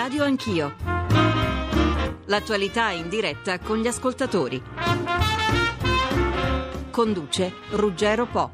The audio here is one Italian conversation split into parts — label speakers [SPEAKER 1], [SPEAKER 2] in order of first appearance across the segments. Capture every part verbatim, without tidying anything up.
[SPEAKER 1] Radio Anch'io. L'attualità in diretta con gli ascoltatori. Conduce Ruggero Po.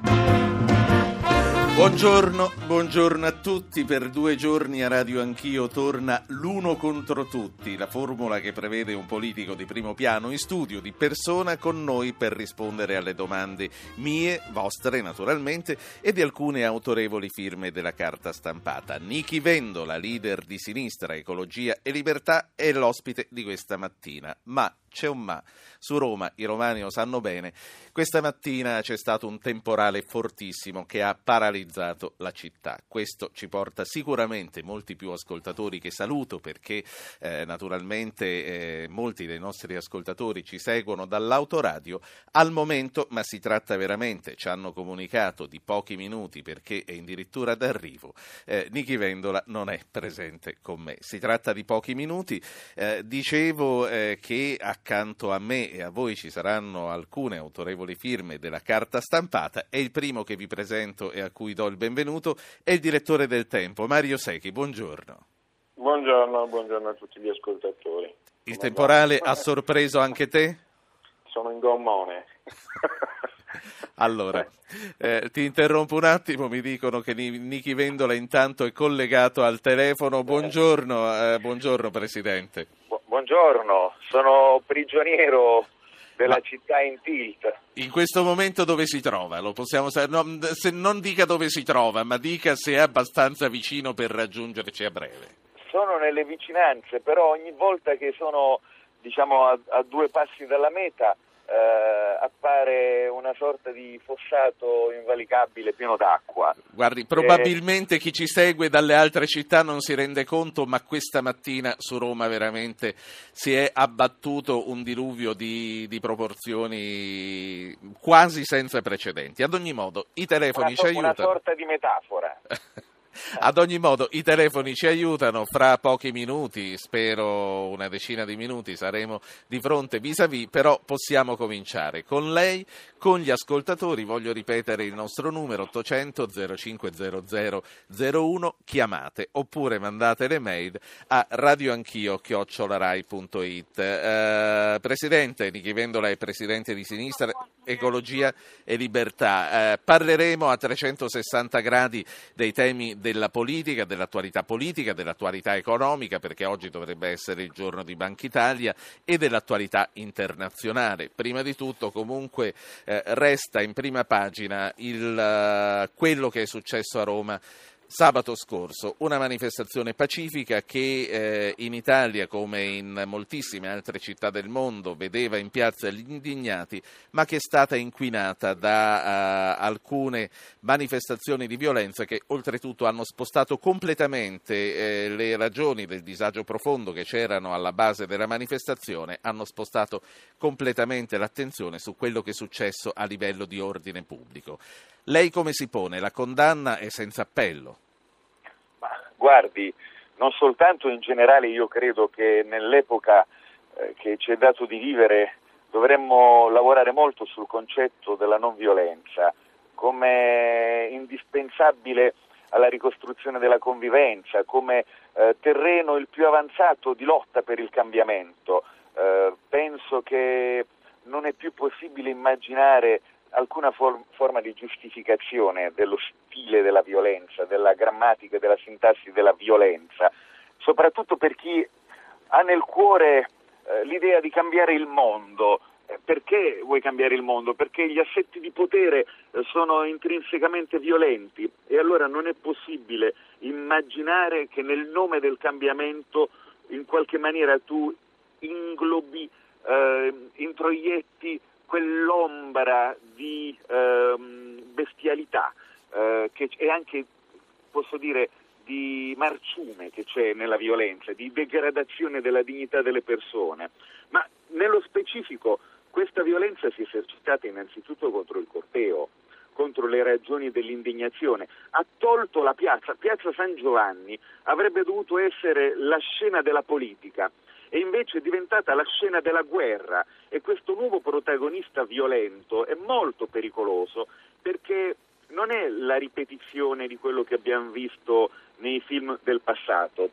[SPEAKER 2] Buongiorno, buongiorno a tutti. Per due giorni a Radio Anch'io torna l'uno contro tutti, la formula che prevede un politico di primo piano in studio di persona con noi per rispondere alle domande mie, vostre naturalmente, e di alcune autorevoli firme della carta stampata. Nichi Vendola, leader di Sinistra, Ecologia e Libertà, è l'ospite di questa mattina. Ma c'è un ma. Su Roma, i romani lo sanno bene, questa mattina c'è stato un temporale fortissimo che ha paralizzato la città. Questo ci porta sicuramente molti più ascoltatori, che saluto perché eh, naturalmente eh, molti dei nostri ascoltatori ci seguono dall'autoradio al momento, ma si tratta veramente, ci hanno comunicato, di pochi minuti perché è addirittura d'arrivo. Eh, Nichi Vendola non è presente con me, si tratta di pochi minuti. Eh, dicevo eh, che accanto a me e a voi ci saranno alcune autorevoli firme della carta stampata, e il primo che vi presento e a cui do il benvenuto è il direttore del Tempo, Mario Secchi. Buongiorno.
[SPEAKER 3] Buongiorno, buongiorno a tutti gli ascoltatori.
[SPEAKER 2] Il
[SPEAKER 3] Come
[SPEAKER 2] temporale
[SPEAKER 3] va?
[SPEAKER 2] ha sorpreso anche te?
[SPEAKER 3] Sono in gommone.
[SPEAKER 2] Allora, eh, ti interrompo un attimo, mi dicono che Nichi Vendola intanto è collegato al telefono. Buongiorno, eh, buongiorno Presidente.
[SPEAKER 4] Bu- buongiorno, sono prigioniero della
[SPEAKER 2] Ma
[SPEAKER 4] città in tilt.
[SPEAKER 2] in questo momento dove si trova? Lo possiamo sapere? No, se non dica dove si trova, ma dica se è abbastanza vicino per raggiungerci a breve.
[SPEAKER 4] Sono nelle vicinanze, però ogni volta che sono, diciamo, a, a due passi dalla meta eh, appare una sorta di fossato invalicabile pieno d'acqua.
[SPEAKER 2] Guardi, probabilmente eh... chi ci segue dalle altre città non si rende conto, ma questa mattina su Roma veramente si è abbattuto un diluvio di, di proporzioni quasi senza precedenti. Ad ogni modo, i telefoni
[SPEAKER 4] una,
[SPEAKER 2] ci aiutano.
[SPEAKER 4] Una sorta di metafora.
[SPEAKER 2] Ad ogni modo, i telefoni ci aiutano, fra pochi minuti, spero una decina di minuti, saremo di fronte vis-à-vis, però possiamo cominciare con lei, con gli ascoltatori. Voglio ripetere il nostro numero: ottocento zero cinque zero zero zero uno, chiamate oppure mandate le mail a radioanchio chiocciola rai punto it. Eh, Presidente, Nichi Vendola è Presidente di Sinistra, Ecologia e Libertà. Eh, parleremo a trecentosessanta gradi dei temi della politica, dell'attualità politica, dell'attualità economica, perché oggi dovrebbe essere il giorno di Banca Italia, e dell'attualità internazionale. Prima di tutto, comunque, eh, resta in prima pagina il, uh, quello che è successo a Roma sabato scorso, una manifestazione pacifica che eh, in Italia, come in moltissime altre città del mondo, vedeva in piazza gli indignati, ma che è stata inquinata da uh, alcune manifestazioni di violenza che oltretutto hanno spostato completamente eh, le ragioni del disagio profondo che c'erano alla base della manifestazione, hanno spostato completamente l'attenzione su quello che è successo a livello di ordine pubblico. Lei come si pone? La condanna è senza appello.
[SPEAKER 4] Ma guardi, non soltanto in generale, io credo che nell'epoca eh, che ci è dato di vivere dovremmo lavorare molto sul concetto della non violenza come indispensabile alla ricostruzione della convivenza, come eh, terreno il più avanzato di lotta per il cambiamento. Eh, penso che non è più possibile immaginare alcuna for- forma di giustificazione dello stile della violenza, della grammatica e della sintassi della violenza, soprattutto per chi ha nel cuore eh, l'idea di cambiare il mondo. Eh, perché vuoi cambiare il mondo? Perché gli assetti di potere eh, sono intrinsecamente violenti, e allora non è possibile immaginare che nel nome del cambiamento in qualche maniera tu inglobi, eh, introietti quell'ombra di ehm, bestialità eh, che è anche, posso dire, di marciume che c'è nella violenza, di degradazione della dignità delle persone. Ma nello specifico questa violenza si è esercitata innanzitutto contro il corteo, contro le ragioni dell'indignazione. Ha tolto la piazza, piazza San Giovanni avrebbe dovuto essere la scena della politica, e invece è diventata la scena della guerra, e questo nuovo protagonista violento è molto pericoloso perché non è la ripetizione di quello che abbiamo visto nei film del passato,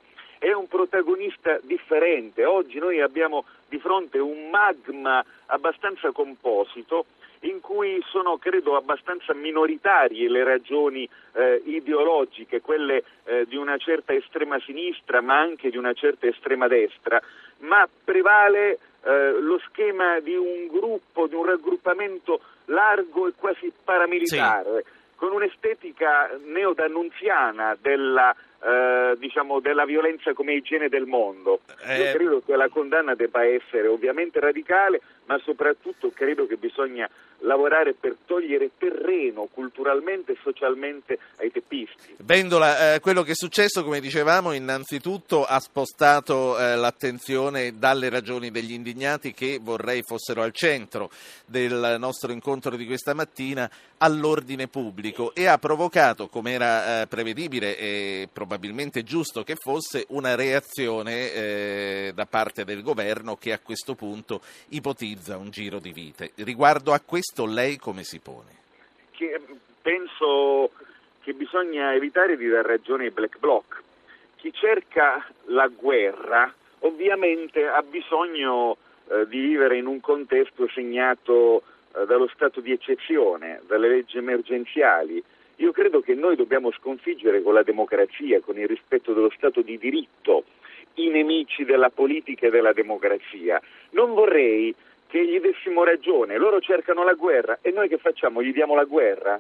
[SPEAKER 4] è un protagonista differente. Oggi noi abbiamo di fronte un magma abbastanza composito in cui sono, credo, abbastanza minoritarie le ragioni eh, ideologiche, quelle eh, di una certa estrema sinistra ma anche di una certa estrema destra, ma prevale eh, lo schema di un gruppo, di un raggruppamento largo e quasi paramilitare, sì, con un'estetica neodannunziana della Eh, diciamo della violenza come igiene del mondo. Eh... Io credo che la condanna debba essere ovviamente radicale, ma soprattutto credo che bisogna lavorare per togliere terreno culturalmente e socialmente ai teppisti.
[SPEAKER 2] Vendola, eh, quello che è successo, come dicevamo, innanzitutto ha spostato eh, l'attenzione dalle ragioni degli indignati, che vorrei fossero al centro del nostro incontro di questa mattina, all'ordine pubblico, e ha provocato, come era eh, prevedibile e probabilmente giusto che fosse, una reazione eh, da parte del governo, che a questo punto ipotizza un giro di vite. Riguardo a questo lei come si pone?
[SPEAKER 4] Che penso che bisogna evitare di dar ragione ai black bloc. Chi cerca la guerra ovviamente ha bisogno eh, di vivere in un contesto segnato eh, dallo stato di eccezione, dalle leggi emergenziali. Io credo che noi dobbiamo sconfiggere con la democrazia, con il rispetto dello Stato di diritto, i nemici della politica e della democrazia. Non vorrei che gli dessimo ragione. Loro cercano la guerra e noi che facciamo? Gli diamo la guerra?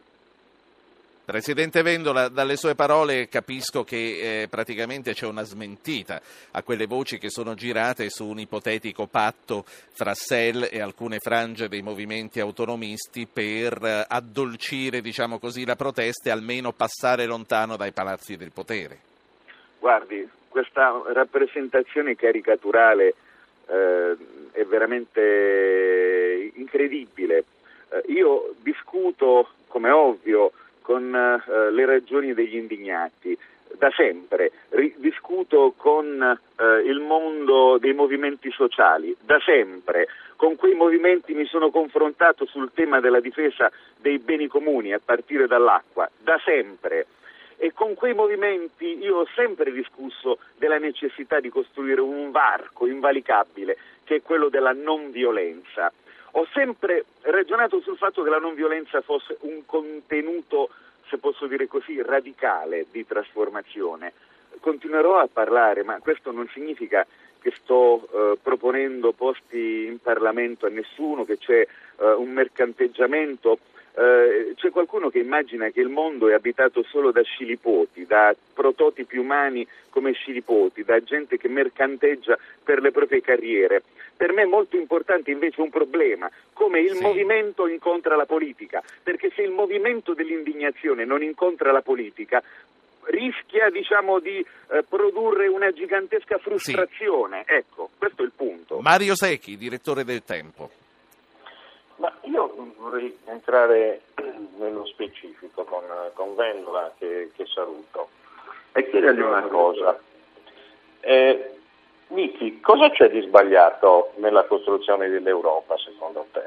[SPEAKER 2] Presidente Vendola, dalle sue parole capisco che eh, praticamente c'è una smentita a quelle voci che sono girate su un ipotetico patto fra S E L e alcune frange dei movimenti autonomisti per eh, addolcire, diciamo così, la protesta e almeno passare lontano dai palazzi del potere.
[SPEAKER 4] Guardi, questa rappresentazione caricaturale eh, è veramente incredibile. Eh, io discuto, come ovvio, con eh, le ragioni degli indignati, da sempre, Ri- discuto con eh, il mondo dei movimenti sociali, da sempre, con quei movimenti mi sono confrontato sul tema della difesa dei beni comuni, a partire dall'acqua, da sempre, e con quei movimenti io ho sempre discusso della necessità di costruire un varco invalicabile, che è quello della non violenza. Ho sempre ragionato sul fatto che la non violenza fosse un contenuto, se posso dire così, radicale di trasformazione. Continuerò a parlare, ma questo non significa che sto eh, proponendo posti in Parlamento a nessuno, che c'è eh, un mercanteggiamento. Eh, c'è qualcuno che immagina che il mondo è abitato solo da scilipoti, da prototipi umani come scilipoti, da gente che mercanteggia per le proprie carriere. Per me è molto importante invece un problema, come il sì. movimento incontra la politica, perché se il movimento dell'indignazione non incontra la politica, rischia, diciamo, di eh, produrre una gigantesca frustrazione. Sì. Ecco, questo è il punto.
[SPEAKER 2] Mario Secchi, direttore del Tempo.
[SPEAKER 3] Ma io vorrei entrare nello specifico con, con Vendola, che, che saluto, e chiedergli una cosa. Eh, Miki, cosa c'è di sbagliato nella costruzione dell'Europa, secondo te?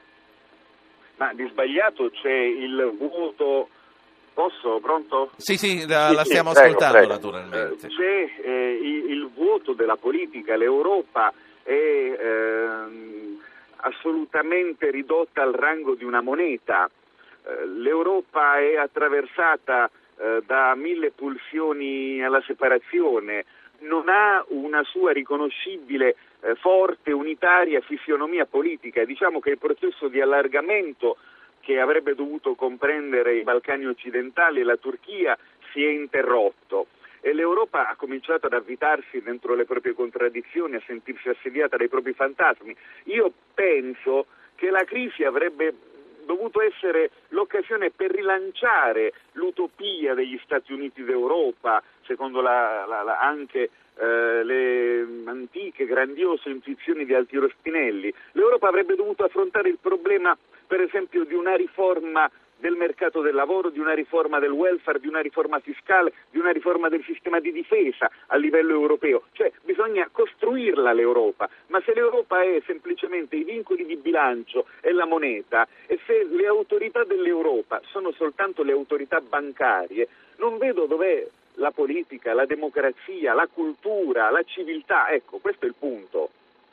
[SPEAKER 4] Ma di sbagliato c'è il vuoto. Posso? Pronto?
[SPEAKER 2] Sì, sì, la, la
[SPEAKER 3] sì,
[SPEAKER 2] stiamo
[SPEAKER 3] sì,
[SPEAKER 2] ascoltando
[SPEAKER 3] prego,
[SPEAKER 2] naturalmente.
[SPEAKER 4] Eh, c'è eh, il, il vuoto della politica. L'Europa è eh, assolutamente ridotta al rango di una moneta. Eh, L'Europa è attraversata eh, da mille pulsioni alla separazione, non ha una sua riconoscibile, eh, forte, unitaria fisionomia politica. Diciamo che il processo di allargamento, che avrebbe dovuto comprendere i Balcani occidentali e la Turchia, si è interrotto e l'Europa ha cominciato ad avvitarsi dentro le proprie contraddizioni, a sentirsi assediata dai propri fantasmi. Io penso che la crisi avrebbe dovuto essere l'occasione per rilanciare l'utopia degli Stati Uniti d'Europa, secondo la, la, la, anche eh, le antiche, grandiose intuizioni di Altiero Spinelli. L'Europa avrebbe dovuto affrontare il problema, per esempio, di una riforma del mercato del lavoro, di una riforma del welfare, di una riforma fiscale, di una riforma del sistema di difesa a livello europeo. Cioè bisogna costruirla l'Europa, ma se l'Europa è semplicemente i vincoli di bilancio e la moneta, e se le autorità dell'Europa sono soltanto le autorità bancarie, non vedo dov'è
[SPEAKER 3] la politica, la democrazia, la cultura, la civiltà. Ecco, questo è il punto.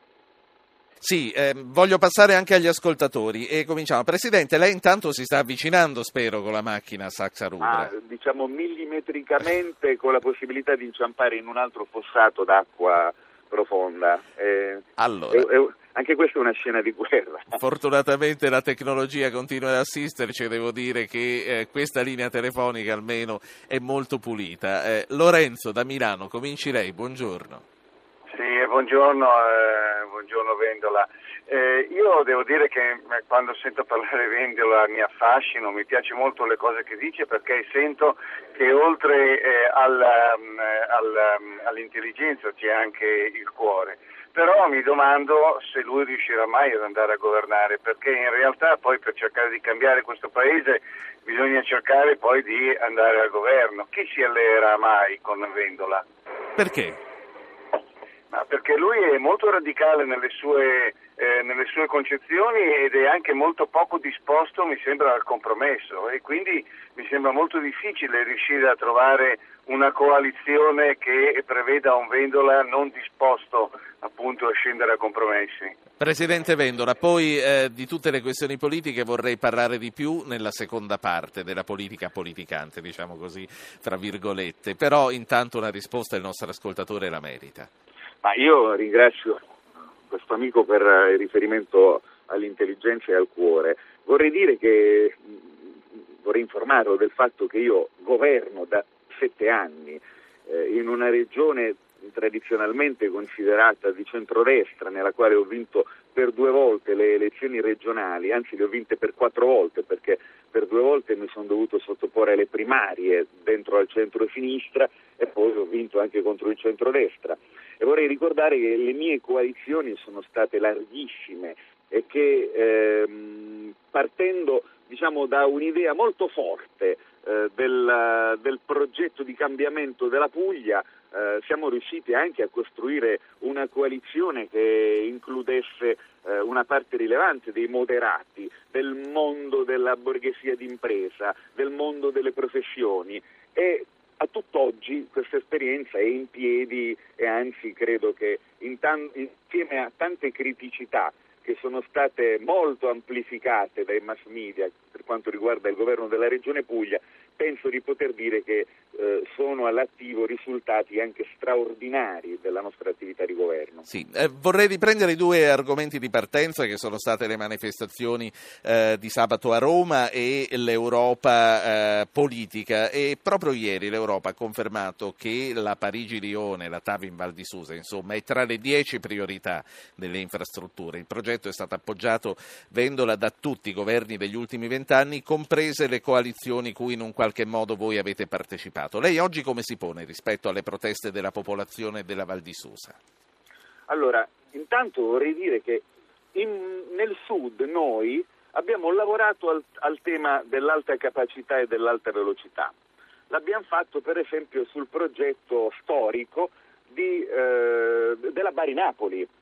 [SPEAKER 2] Sì, eh, voglio passare anche agli ascoltatori e cominciamo. Presidente, lei intanto si sta avvicinando, spero, con la macchina Saxa Rubra.
[SPEAKER 3] Ah, diciamo millimetricamente, con la possibilità di inciampare in un altro fossato d'acqua profonda. Eh,
[SPEAKER 2] allora,
[SPEAKER 3] è, è, anche questa è una scena di guerra.
[SPEAKER 2] Fortunatamente la tecnologia continua ad assisterci e devo dire che eh, questa linea telefonica almeno è molto pulita. Eh, Lorenzo da Milano, cominci lei, buongiorno.
[SPEAKER 5] Sì, buongiorno, eh, buongiorno Vendola. Eh, io devo dire che quando sento parlare Vendola mi affascino, mi piace molto le cose che dice, perché sento che oltre eh, al, um, al, um, all'intelligenza c'è anche il cuore. Però mi domando se lui riuscirà mai ad andare a governare, perché in realtà poi per cercare di cambiare questo paese bisogna cercare poi di andare al governo. Chi si alleerà mai con Vendola?
[SPEAKER 2] Perché?
[SPEAKER 5] Ma perché lui è molto radicale nelle sue, eh, nelle sue concezioni ed è anche molto poco disposto, mi sembra, al compromesso, e quindi mi sembra molto difficile riuscire a trovare una coalizione che preveda un Vendola non disposto appunto a scendere a compromessi.
[SPEAKER 2] Presidente Vendola, poi eh, di tutte le questioni politiche vorrei parlare di più nella seconda parte della politica politicante, diciamo così, tra virgolette, però intanto una risposta il nostro ascoltatore la merita.
[SPEAKER 3] Ma io ringrazio questo amico per il riferimento all'intelligenza e al cuore. Vorrei dire che, vorrei informarlo del fatto che io governo da sette anni eh, in una regione tradizionalmente considerata di centrodestra, nella quale ho vinto per due volte le elezioni regionali, anzi le ho vinte per quattro volte, perché per due volte mi sono dovuto sottoporre alle primarie dentro al centro-sinistra e poi ho vinto anche contro il centrodestra. E vorrei ricordare che le mie coalizioni sono state larghissime e che ehm, partendo diciamo da un'idea molto forte eh, del, del progetto di cambiamento della Puglia, eh, siamo riusciti anche a costruire una coalizione che includesse eh, una parte rilevante dei moderati, del mondo della borghesia d'impresa, del mondo delle professioni, e a tutt'oggi questa esperienza è in piedi e anzi credo che in tan- insieme a tante criticità che sono state molto amplificate dai mass media per quanto riguarda il governo della Regione Puglia, penso di poter dire che eh, sono all'attivo risultati anche straordinari della nostra attività di governo.
[SPEAKER 2] Sì, eh, vorrei riprendere i due argomenti di partenza che sono state le manifestazioni eh, di sabato a Roma e l'Europa eh, politica, e proprio ieri l'Europa ha confermato che la Parigi-Lione, la TAV in Val di Susa, insomma, è tra le dieci priorità delle infrastrutture. Il progetto è stato appoggiato, Vendola, da tutti i governi degli ultimi vent'anni, comprese le coalizioni cui in un qualche modo voi avete partecipato. Lei oggi come si pone rispetto alle proteste della popolazione della Val di Susa?
[SPEAKER 3] Allora, intanto vorrei dire che in, nel sud noi abbiamo lavorato al, al tema dell'alta capacità e dell'alta velocità. L'abbiamo fatto per esempio sul progetto storico di, eh, della Bari-Napoli. Eh,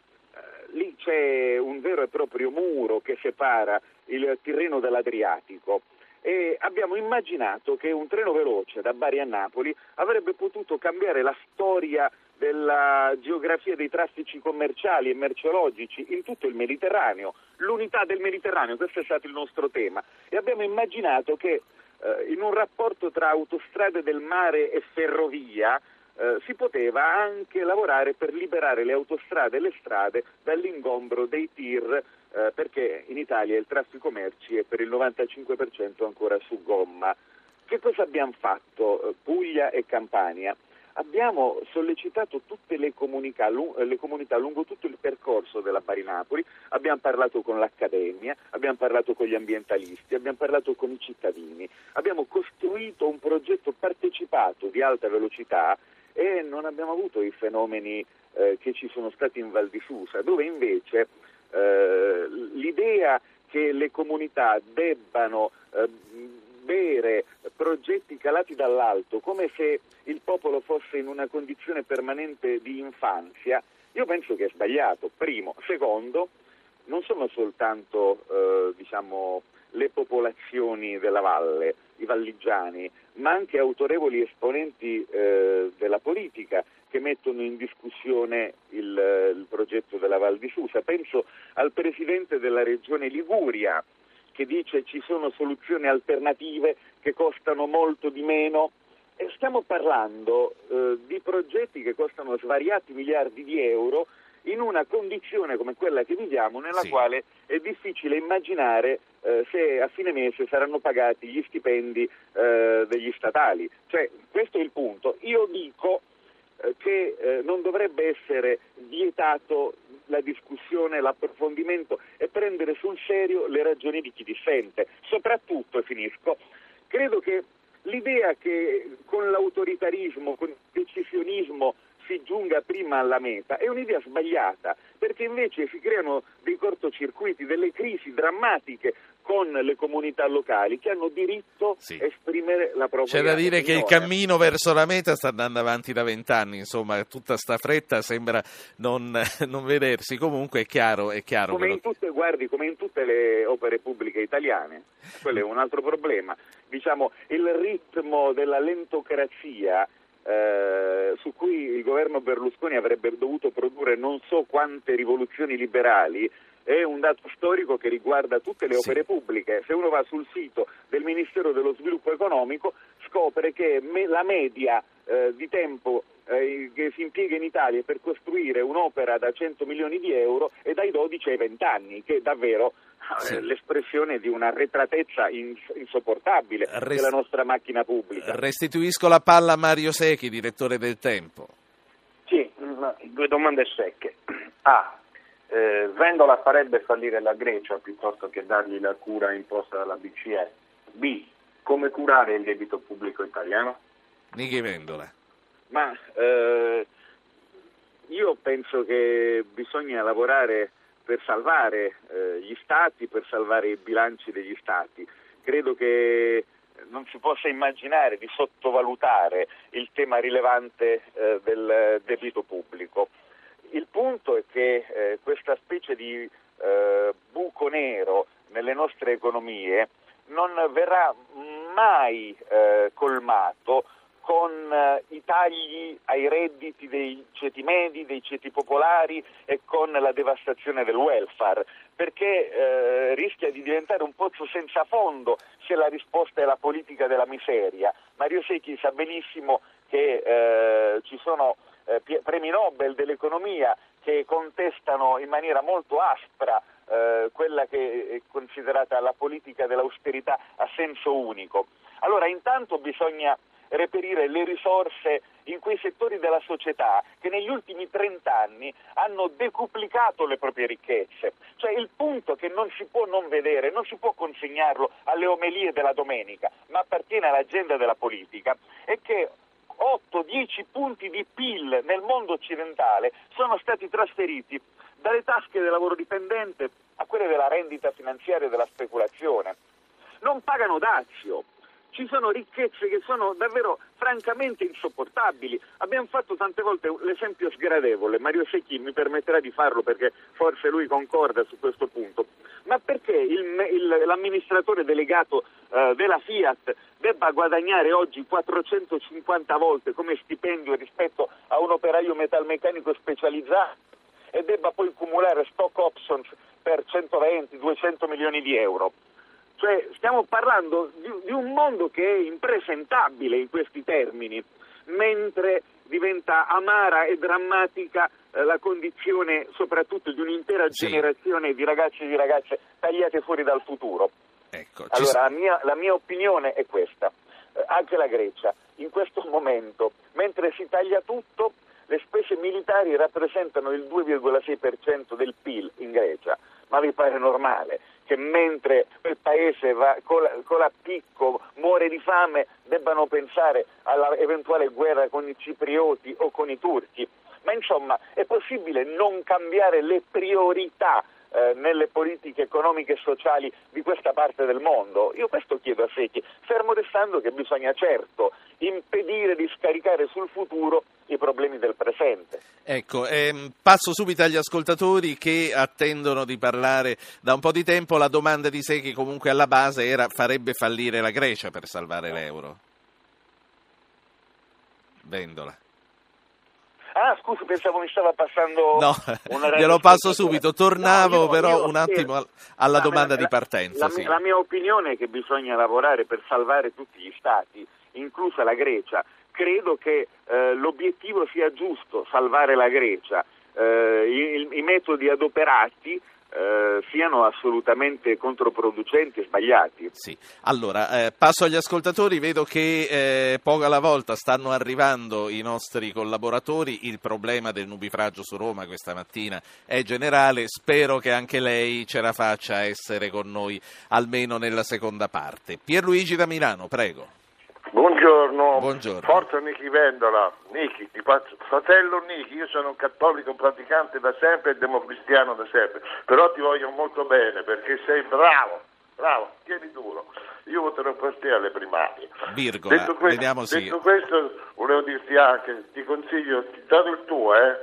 [SPEAKER 3] lì c'è un vero e proprio muro che separa il Tirreno dall'Adriatico. E abbiamo immaginato che un treno veloce da Bari a Napoli avrebbe potuto cambiare la storia della geografia dei traffici commerciali e merceologici in tutto il Mediterraneo, l'unità del Mediterraneo, questo è stato il nostro tema, e abbiamo immaginato che eh, in un rapporto tra autostrade del mare e ferrovia eh, si poteva anche lavorare per liberare le autostrade e le strade dall'ingombro dei tir, Eh, perché in Italia il traffico merci è per il novantacinque per cento ancora su gomma. Che cosa abbiamo fatto, eh, Puglia e Campania? Abbiamo sollecitato tutte le comunità, lu- le comunità lungo tutto il percorso della Bari-Napoli, abbiamo parlato con l'Accademia, abbiamo parlato con gli ambientalisti, abbiamo parlato con i cittadini, abbiamo costruito un progetto partecipato di alta velocità e non abbiamo avuto i fenomeni eh, che ci sono stati in Val di Susa, dove invece Uh, l'idea che le comunità debbano uh, bere progetti calati dall'alto come se il popolo fosse in una condizione permanente di infanzia, io penso che è sbagliato, primo. Secondo, non sono soltanto uh, diciamo le popolazioni della valle,
[SPEAKER 4] i valligiani, ma anche autorevoli esponenti eh, della politica che mettono in discussione il, il progetto della Val di Susa. Penso al presidente della regione Liguria, che dice ci sono soluzioni alternative che costano molto di meno. E stiamo parlando eh, di progetti che costano svariati miliardi di euro in una condizione come quella che viviamo, nella
[SPEAKER 2] sì.
[SPEAKER 4] quale è difficile immaginare eh, se a fine mese saranno pagati gli stipendi eh, degli statali. Cioè, questo è il punto. Io dico eh, che eh, non dovrebbe essere vietato la discussione, l'approfondimento e prendere sul serio le ragioni di chi dissente. Soprattutto, e finisco, credo che l'idea che con l'autoritarismo, con il decisionismo si giunga prima alla meta è un'idea sbagliata, perché invece si creano dei cortocircuiti, delle crisi drammatiche con le comunità locali che hanno diritto
[SPEAKER 2] sì.
[SPEAKER 4] a esprimere la propria
[SPEAKER 2] C'è da dire
[SPEAKER 4] opinione.
[SPEAKER 2] che il cammino verso la meta sta andando avanti da vent'anni, insomma, tutta sta fretta sembra non, non vedersi. Comunque è chiaro, è chiaro.
[SPEAKER 4] Come in tutte, guardi, come in tutte le opere pubbliche italiane, quello è un altro problema. Diciamo, il ritmo della lentocrazia Eh, su cui il governo Berlusconi avrebbe dovuto produrre non so quante rivoluzioni liberali è un dato storico che riguarda tutte le opere
[SPEAKER 2] sì.
[SPEAKER 4] pubbliche. Se uno va sul sito del Ministero dello Sviluppo Economico scopre che me, la media eh, di tempo eh, che si impiega in Italia per costruire un'opera da cento milioni di euro è dai dodici ai venti anni, che è davvero
[SPEAKER 2] sì.
[SPEAKER 4] eh, l'espressione di una arretratezza ins- insopportabile
[SPEAKER 2] Rest-
[SPEAKER 4] della nostra macchina pubblica.
[SPEAKER 2] Restituisco la palla a Mario Secchi, direttore del Tempo.
[SPEAKER 3] Sì, due domande secche. A. Eh, Vendola farebbe fallire la Grecia piuttosto che dargli la cura imposta dalla B C E. B. Come curare il debito pubblico italiano?
[SPEAKER 2] Nighi Vendola.
[SPEAKER 4] Ma eh, io penso che bisogna lavorare per salvare eh, gli stati, per salvare i bilanci degli stati. Credo che non si possa immaginare di sottovalutare il tema rilevante eh, del debito pubblico. Il punto è che eh, questa specie di eh, buco nero nelle nostre economie non verrà mai eh, colmato con eh, i tagli ai redditi dei ceti medi, dei ceti popolari e con la devastazione del welfare, perché eh, rischia di diventare un pozzo senza fondo se la risposta è la politica della miseria. Mario Secchi sa benissimo che eh, ci sono eh, premi Nobel dell'economia che contestano in maniera molto aspra eh, quella che è considerata la politica dell'austerità a senso unico. Allora, intanto bisogna reperire le risorse in quei settori della società che negli ultimi trent'anni hanno decuplicato le proprie ricchezze. Cioè, il punto che non si può non vedere, non si può consegnarlo alle omelie della domenica, ma appartiene all'agenda della politica, è che otto dieci punti di P I L nel mondo occidentale sono stati trasferiti dalle tasche del lavoro dipendente a quelle della rendita finanziaria e della speculazione. Non pagano dazio. Ci sono ricchezze che sono davvero francamente insopportabili. Abbiamo fatto tante volte l'esempio sgradevole, Mario Secchi mi permetterà di farlo perché forse lui concorda su questo punto, ma perché il, il, l'amministratore delegato uh, della Fiat debba guadagnare oggi quattrocentocinquanta volte come stipendio rispetto a un operaio metalmeccanico specializzato e debba poi cumulare stock options per centoventi duecento milioni di euro? Cioè, stiamo parlando di, di un mondo che è impresentabile in questi termini, mentre diventa amara e drammatica eh, la condizione soprattutto di un'intera
[SPEAKER 2] sì.
[SPEAKER 4] generazione di ragazzi e di ragazze tagliate fuori dal futuro.
[SPEAKER 2] Ecco,
[SPEAKER 4] allora, la mia, la mia opinione è questa. Eh, anche la Grecia, in questo momento, mentre si taglia tutto, le spese militari rappresentano il due virgola sei per cento del P I L in Grecia. Ma vi pare normale che mentre quel paese va con l'appicco, muore di fame, debbano pensare all'eventuale guerra con i ciprioti o con i turchi? Ma insomma, è possibile non cambiare le priorità eh, nelle politiche economiche e sociali di questa parte del mondo? Io questo chiedo a Secchi, fermo restando che bisogna certo impedire di scaricare sul futuro i problemi del presente.
[SPEAKER 2] Ecco, ehm, passo subito agli ascoltatori che attendono di parlare da un po' di tempo. La domanda di Secchi comunque alla base era: farebbe fallire la Grecia per salvare l'euro? Vendola.
[SPEAKER 4] Ah, scusi, pensavo mi stava passando
[SPEAKER 2] No,
[SPEAKER 4] una
[SPEAKER 2] glielo passo subito, tornavo
[SPEAKER 4] no, io,
[SPEAKER 2] però
[SPEAKER 4] io,
[SPEAKER 2] un attimo
[SPEAKER 4] io,
[SPEAKER 2] alla
[SPEAKER 4] la,
[SPEAKER 2] domanda
[SPEAKER 4] la,
[SPEAKER 2] di partenza.
[SPEAKER 4] La,
[SPEAKER 2] sì.
[SPEAKER 4] la mia opinione è che bisogna lavorare per salvare tutti gli stati, inclusa la Grecia. Credo che eh, l'obiettivo sia giusto, salvare la Grecia. Eh, i, i metodi adoperati eh, siano assolutamente controproducenti e sbagliati.
[SPEAKER 2] Sì. Allora, eh, passo agli ascoltatori, vedo che eh, poco alla volta stanno arrivando i nostri collaboratori. Il problema del nubifragio su Roma questa mattina è generale, spero che anche lei ce la faccia a essere con noi almeno nella seconda parte. Pierluigi da Milano, prego.
[SPEAKER 6] Buongiorno.
[SPEAKER 2] Buongiorno.
[SPEAKER 6] Forza Nichi Vendola. Nichi, ti faccio, fratello Nichi, io sono un cattolico praticante da sempre e democristiano da sempre, però ti voglio molto bene perché sei bravo, bravo, tieni duro. Io voterò per te alle primarie.
[SPEAKER 2] Virgola,
[SPEAKER 6] detto questo,
[SPEAKER 2] vediamo sì.
[SPEAKER 6] Detto questo, volevo dirti anche, ti consiglio, ti do il tuo, eh.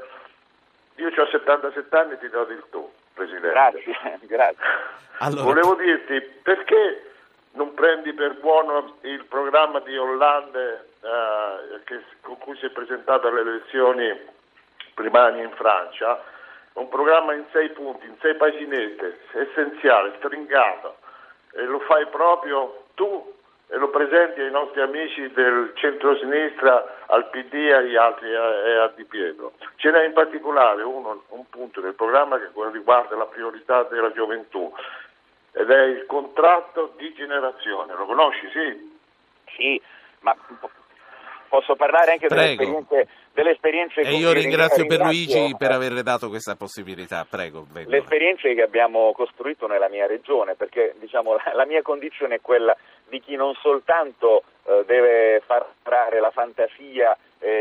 [SPEAKER 6] Io ho settantasette anni e ti do il tuo, Presidente.
[SPEAKER 4] Grazie, grazie.
[SPEAKER 6] Allora, volevo dirti, perché non prendi per buono il programma di Hollande eh, che, con cui si è presentato alle elezioni primarie in Francia, un programma in sei punti, in sei paginette, essenziale, stringato, e lo fai proprio tu e lo presenti ai nostri amici del centro-sinistra, al P D e agli altri e a Di Pietro. Ce n'è in particolare uno, un punto del programma che riguarda la priorità della gioventù, ed è il contratto di generazione. Lo conosci, sì?
[SPEAKER 4] Sì, ma posso parlare anche delle
[SPEAKER 2] Prego.
[SPEAKER 4] esperienze, delle esperienze
[SPEAKER 2] E io ringrazio
[SPEAKER 4] ringrazio,
[SPEAKER 2] Pierluigi per averle dato questa possibilità. Prego, Vendola.
[SPEAKER 4] le esperienze che abbiamo costruito nella mia regione, perché diciamo la, la mia condizione è quella di chi non soltanto eh, deve far lavorare la fantasia,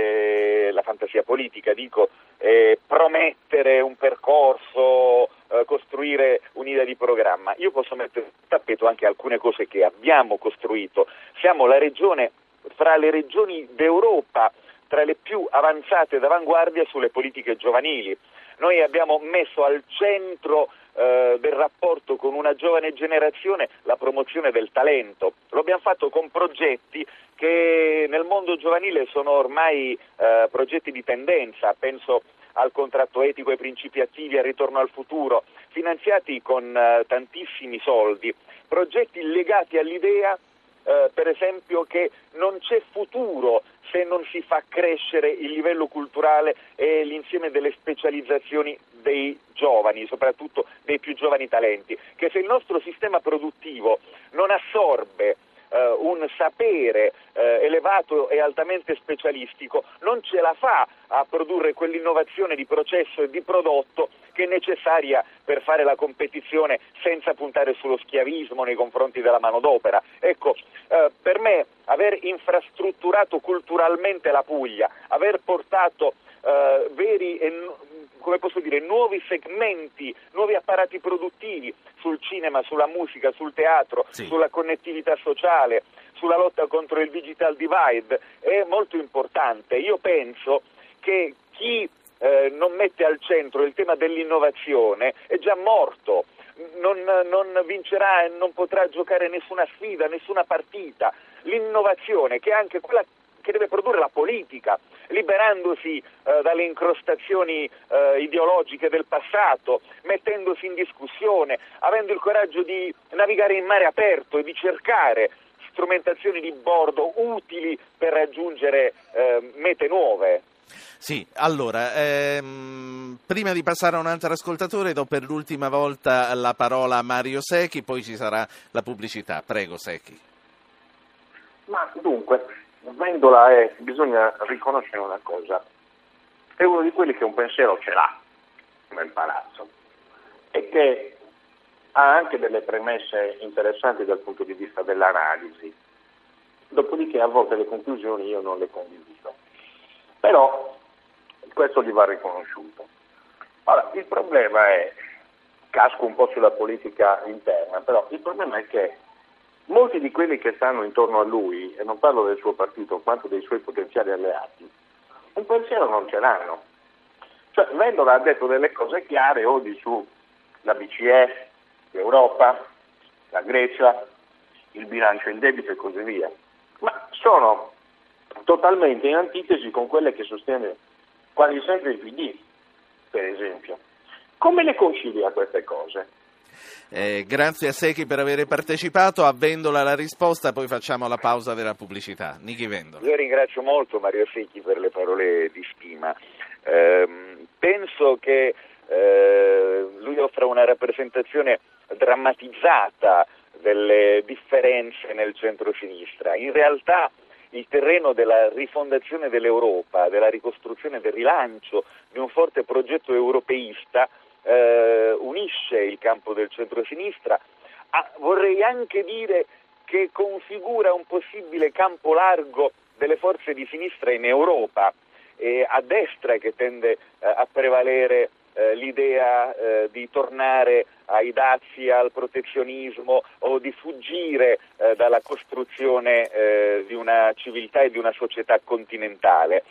[SPEAKER 4] eh, la fantasia politica, dico, eh, promettere un percorso, eh, costruire un'idea di programma. Io posso mettere sul tappeto anche alcune cose che abbiamo costruito. Siamo la regione, fra le regioni d'Europa, tra le più avanzate d'avanguardia sulle politiche giovanili. Noi abbiamo messo al centro eh, del rapporto con una giovane generazione la promozione del talento. Lo abbiamo fatto con progetti che nel mondo giovanile sono ormai eh, progetti di tendenza, penso al contratto etico, ai principi attivi, al ritorno al futuro, finanziati con eh, tantissimi soldi, progetti legati all'idea eh, per esempio che non c'è futuro se non si fa crescere il livello culturale e l'insieme delle specializzazioni dei giovani, soprattutto dei più giovani talenti, che se il nostro sistema produttivo non assorbe Uh, un sapere uh, elevato e altamente specialistico, non ce la fa a produrre quell'innovazione di processo e di prodotto che è necessaria per fare la competizione senza puntare sullo schiavismo nei confronti della manodopera. Ecco, uh, per me aver infrastrutturato culturalmente la Puglia, aver portato uh, veri e come posso dire, nuovi segmenti, nuovi apparati produttivi sul cinema, sulla musica, sul teatro, sì, sulla connettività sociale, sulla lotta contro il digital divide, è molto importante. Io penso che chi eh, non mette al centro il tema dell'innovazione è già morto, non, non vincerà e non potrà giocare nessuna sfida, nessuna partita. L'innovazione, che è anche quella che deve produrre la politica, liberandosi eh, dalle incrostazioni eh, ideologiche del passato, mettendosi in discussione, avendo il coraggio di navigare in mare aperto e di cercare strumentazioni di bordo utili per raggiungere eh, mete nuove.
[SPEAKER 2] Sì, allora, ehm, prima di passare a un altro ascoltatore do per l'ultima volta la parola a Mario Secchi, poi ci sarà la pubblicità. Prego, Secchi.
[SPEAKER 3] Ma dunque, Vendola è, bisogna riconoscere una cosa, è uno di quelli che un pensiero ce l'ha nel palazzo e che ha anche delle premesse interessanti dal punto di vista dell'analisi, dopodiché a volte le conclusioni io non le condivido, però questo gli va riconosciuto. Ora, il problema è casco un po' sulla politica interna, però il problema è che molti di quelli che stanno intorno a lui, e non parlo del suo partito quanto dei suoi potenziali alleati, un pensiero non ce l'hanno. Cioè, Vendola ha detto delle cose chiare oggi sulla B C E, l'Europa, la Grecia, il bilancio in debito e così via, ma sono totalmente in antitesi con quelle che sostiene quasi sempre il P D, per esempio. Come le concilia queste cose?
[SPEAKER 2] Eh, grazie a Secchi per aver partecipato. A Vendola la risposta, poi facciamo la pausa della pubblicità. Nichi Vendola.
[SPEAKER 4] Io ringrazio molto Mario Secchi per le parole di stima. Eh, penso che eh, lui offra una rappresentazione drammatizzata delle differenze nel centro-sinistra. In realtà il terreno della rifondazione dell'Europa, della ricostruzione, del rilancio di un forte progetto europeista eh, unisce il campo del centro-sinistra. Ah, vorrei anche dire che configura un possibile campo largo delle forze di sinistra in Europa, e a destra che tende eh, a prevalere eh, l'idea eh, di tornare ai dazi, al protezionismo o di fuggire eh, dalla costruzione eh, di una civiltà e di una società continentale.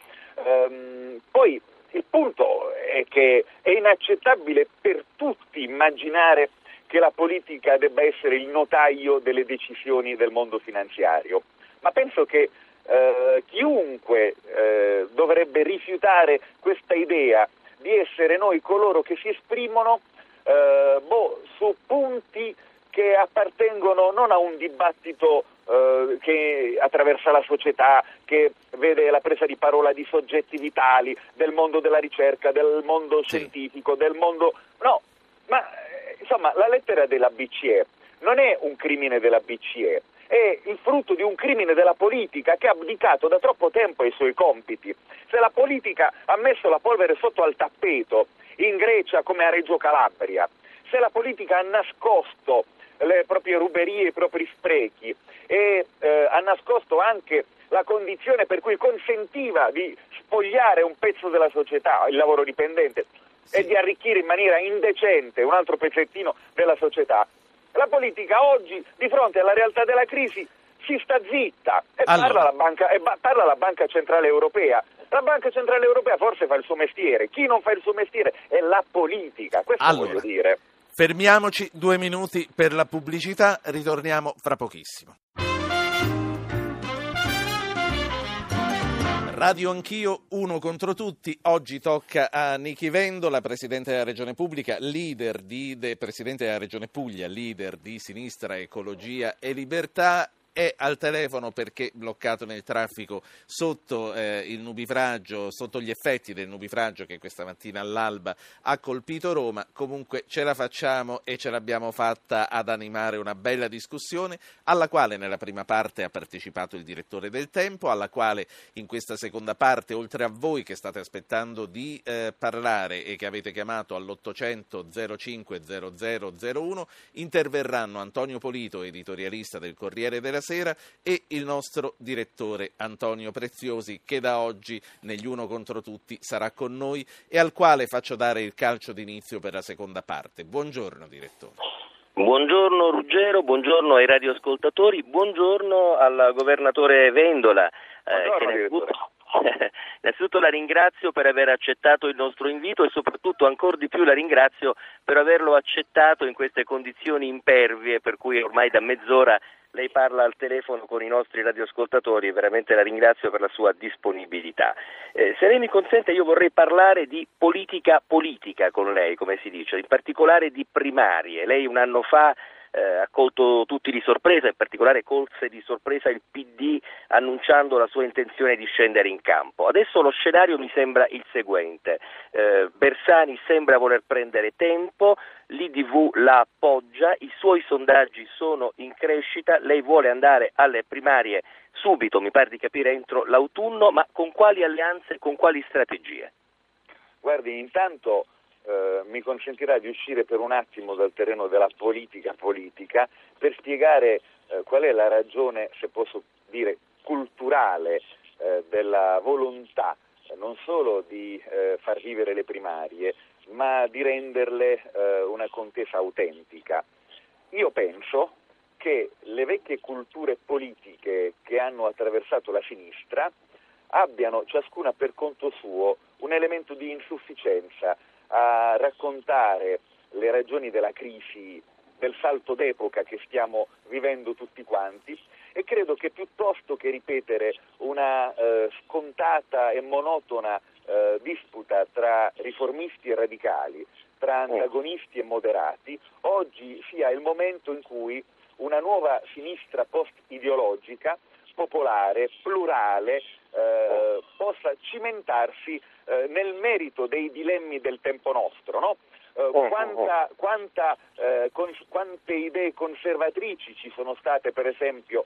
[SPEAKER 4] Ehm, poi il punto è che è inaccettabile per tutti immaginare che la politica debba essere il notaio delle decisioni del mondo finanziario, ma penso che eh, chiunque eh, dovrebbe rifiutare questa idea di essere noi coloro che si esprimono eh, boh, su punti che appartengono non a un dibattito eh, che attraversa la società, che vede la presa di parola di soggetti vitali, del mondo della ricerca, del mondo
[SPEAKER 2] sì.
[SPEAKER 4] scientifico, del mondo... No, ma insomma la lettera della B C E non è un crimine della B C E, è il frutto di un crimine della politica che ha abdicato da troppo tempo ai suoi compiti. Se la politica ha messo la polvere sotto al tappeto in Grecia come a Reggio Calabria, se la politica ha nascosto le proprie ruberie, i propri sprechi e eh, ha nascosto anche la condizione per cui consentiva di spogliare un pezzo della società, il lavoro dipendente, sì. e di arricchire in maniera indecente un altro pezzettino della società, la politica oggi, di fronte alla realtà della crisi, si sta zitta e allora. parla, la banca, e ba- parla la Banca Centrale Europea. La Banca Centrale Europea forse fa il suo mestiere, chi non fa il suo mestiere è la politica, questo
[SPEAKER 2] allora,
[SPEAKER 4] voglio dire.
[SPEAKER 2] Fermiamoci due minuti per la pubblicità, ritorniamo fra pochissimo. Radio Anch'io, uno contro tutti. Oggi tocca a Nichi Vendola, Presidente della Regione Pubblica, leader di, de, Presidente della Regione Puglia, leader di Sinistra, Ecologia e Libertà. È al telefono perché bloccato nel traffico sotto eh, il nubifragio, sotto gli effetti del nubifragio che questa mattina all'alba ha colpito Roma. Comunque ce la facciamo e ce l'abbiamo fatta ad animare una bella discussione alla quale nella prima parte ha partecipato il direttore del Tempo, alla quale in questa seconda parte, oltre a voi che state aspettando di eh, parlare e che avete chiamato all'ottocento zero cinque zero zero zero uno, interverranno Antonio Polito, editorialista del Corriere della Sera, e il nostro direttore Antonio Preziosi, che da oggi negli Uno contro tutti sarà con noi e al quale faccio dare il calcio d'inizio per la seconda parte. Buongiorno direttore.
[SPEAKER 7] Buongiorno Ruggero, buongiorno ai radioascoltatori, buongiorno al governatore Vendola.
[SPEAKER 4] Buongiorno,
[SPEAKER 7] eh, che innanzitutto, innanzitutto la ringrazio per aver accettato il nostro invito e soprattutto ancora di più la ringrazio per averlo accettato in queste condizioni impervie per cui ormai da mezz'ora lei parla al telefono con i nostri radioascoltatori e veramente la ringrazio per la sua disponibilità. Eh, se lei mi consente, io vorrei parlare di politica politica con lei, come si dice, in particolare di primarie. Lei un anno fa eh, ha colto tutti di sorpresa, in particolare colse di sorpresa il P D annunciando la sua intenzione di scendere in campo. Adesso lo scenario mi sembra il seguente. Eh, Bersani sembra voler prendere tempo, l'I D V la appoggia, i suoi sondaggi sono in crescita, lei vuole andare alle primarie subito, mi pare di capire entro l'autunno, ma con quali alleanze, con quali strategie?
[SPEAKER 4] Guardi, intanto eh, mi consentirà di uscire per un attimo dal terreno della politica politica per spiegare eh, qual è la ragione, se posso dire, culturale eh, della volontà eh, non solo di eh, far vivere le primarie, ma di renderle eh, una contesa autentica. Io penso che le vecchie culture politiche che hanno attraversato la sinistra abbiano ciascuna per conto suo un elemento di insufficienza a raccontare le ragioni della crisi, del salto d'epoca che stiamo vivendo tutti quanti, e credo che piuttosto che ripetere una eh, scontata e monotona eh, disputa tra riformisti e radicali, tra antagonisti e moderati, oggi sia il momento in cui una nuova sinistra post-ideologica, popolare, plurale, eh, possa cimentarsi eh, nel merito dei dilemmi del tempo nostro, no? Eh, quanta, quanta, eh, cons- quante idee conservatrici ci sono state, per esempio,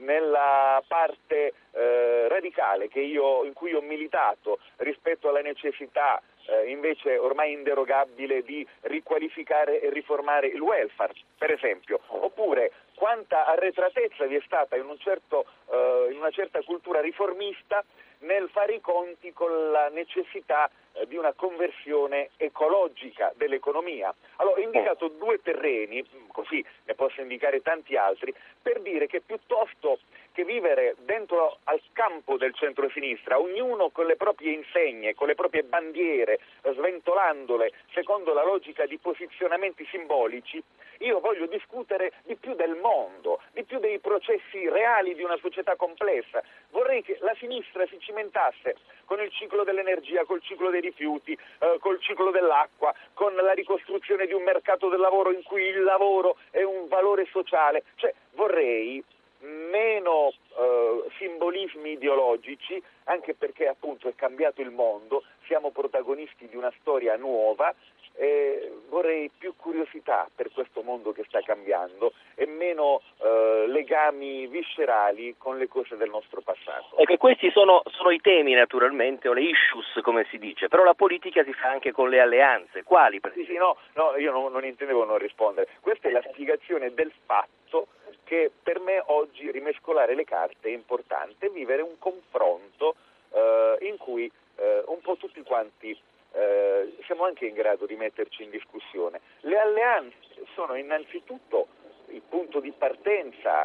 [SPEAKER 4] nella parte eh, radicale che io, in cui ho militato rispetto alla necessità eh, invece ormai inderogabile di riqualificare e riformare il welfare, per esempio, oppure quanta arretratezza vi è stata in, un certo, eh, in una certa cultura riformista nel fare i conti con la necessità eh, di una conversione ecologica dell'economia. Allora ho indicato due terreni, così ne posso indicare tanti altri, per dire che piuttosto che vivere dentro al campo del centro-sinistra, ognuno con le proprie insegne, con le proprie bandiere, sventolandole secondo la logica di posizionamenti simbolici, io voglio discutere di più del mondo, di più dei processi reali di una società complessa. Vorrei che la sinistra si cimentasse con il ciclo dell'energia, col ciclo dei rifiuti, eh, col ciclo dell'acqua, con la ricostruzione di un mercato del lavoro in cui il lavoro è un valore sociale. Cioè vorrei meno eh, simbolismi ideologici, anche perché appunto è cambiato il mondo, siamo protagonisti di una storia nuova. Eh, vorrei più curiosità per questo mondo che sta cambiando e meno eh, legami viscerali con le cose del nostro passato.
[SPEAKER 7] E che questi sono, sono i temi naturalmente, o le issues come si dice, però la politica si fa anche con le alleanze. Quali?
[SPEAKER 4] Sì, sì, no, no, io non, non intendevo non rispondere. Questa è la spiegazione del fatto che per me oggi rimescolare le carte è importante, vivere un confronto eh, in cui eh, un po' tutti quanti Eh, siamo anche in grado di metterci in discussione. Le alleanze sono innanzitutto il punto di partenza,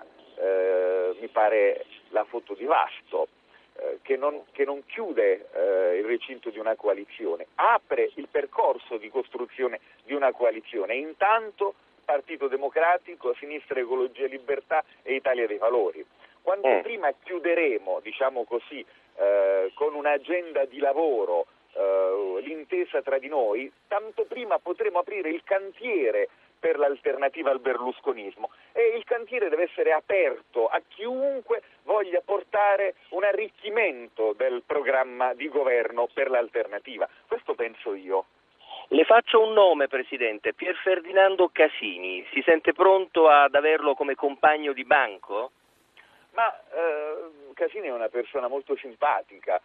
[SPEAKER 4] eh, mi pare la foto di Vasto, eh, che, non, che non chiude eh, il recinto di una coalizione, apre il percorso di costruzione di una coalizione. Intanto Partito Democratico, Sinistra Ecologia e Libertà e Italia dei Valori. Quanto mm. prima chiuderemo, diciamo così, eh, con un'agenda di lavoro Uh, l'intesa tra di noi, tanto prima potremo aprire il cantiere per l'alternativa al berlusconismo, e il cantiere deve essere aperto a chiunque voglia portare un arricchimento del programma di governo per l'alternativa. Questo penso io.
[SPEAKER 7] Le faccio un nome, Presidente, Pier Ferdinando Casini. Si sente pronto ad averlo come compagno di banco?
[SPEAKER 4] Ma uh, Casini è una persona molto simpatica,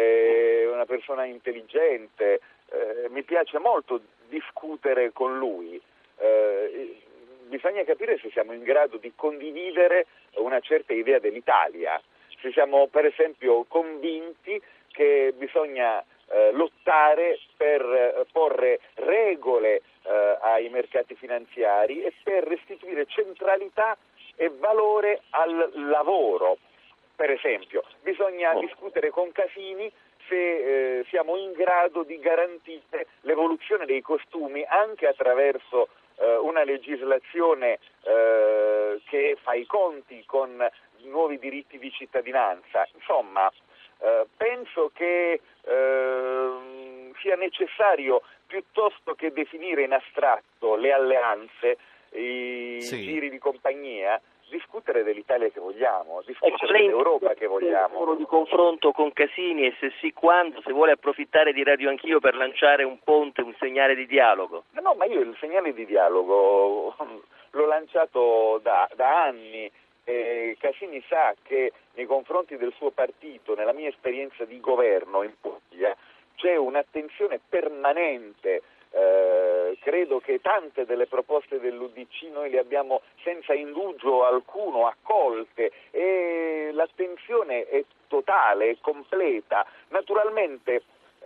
[SPEAKER 4] è una persona intelligente, eh, mi piace molto discutere con lui. Eh, bisogna capire se siamo in grado di condividere una certa idea dell'Italia, se siamo per esempio convinti che bisogna eh, lottare per eh, porre regole eh, ai mercati finanziari e per restituire centralità e valore al lavoro. Per esempio, bisogna oh. discutere con Casini se eh, siamo in grado di garantire l'evoluzione dei costumi anche attraverso eh, una legislazione eh, che fa i conti con nuovi diritti di cittadinanza. Insomma, eh, penso che eh, sia necessario, piuttosto che definire in astratto le alleanze, i sì. giri di compagnia, discutere dell'Italia che vogliamo, discutere dell'Europa che vogliamo.
[SPEAKER 7] Un di confronto con Casini, e se sì quando, se vuole approfittare di Radio Anch'io per lanciare un ponte, un segnale di dialogo.
[SPEAKER 4] No, no, ma io il segnale di dialogo l'ho lanciato da, da anni. Eh, Casini sa che nei confronti del suo partito, nella mia esperienza di governo in Puglia, c'è un'attenzione permanente. Eh, credo che tante delle proposte dell'U D C noi le abbiamo senza indugio alcuno accolte, e l'attenzione è totale, è completa. Naturalmente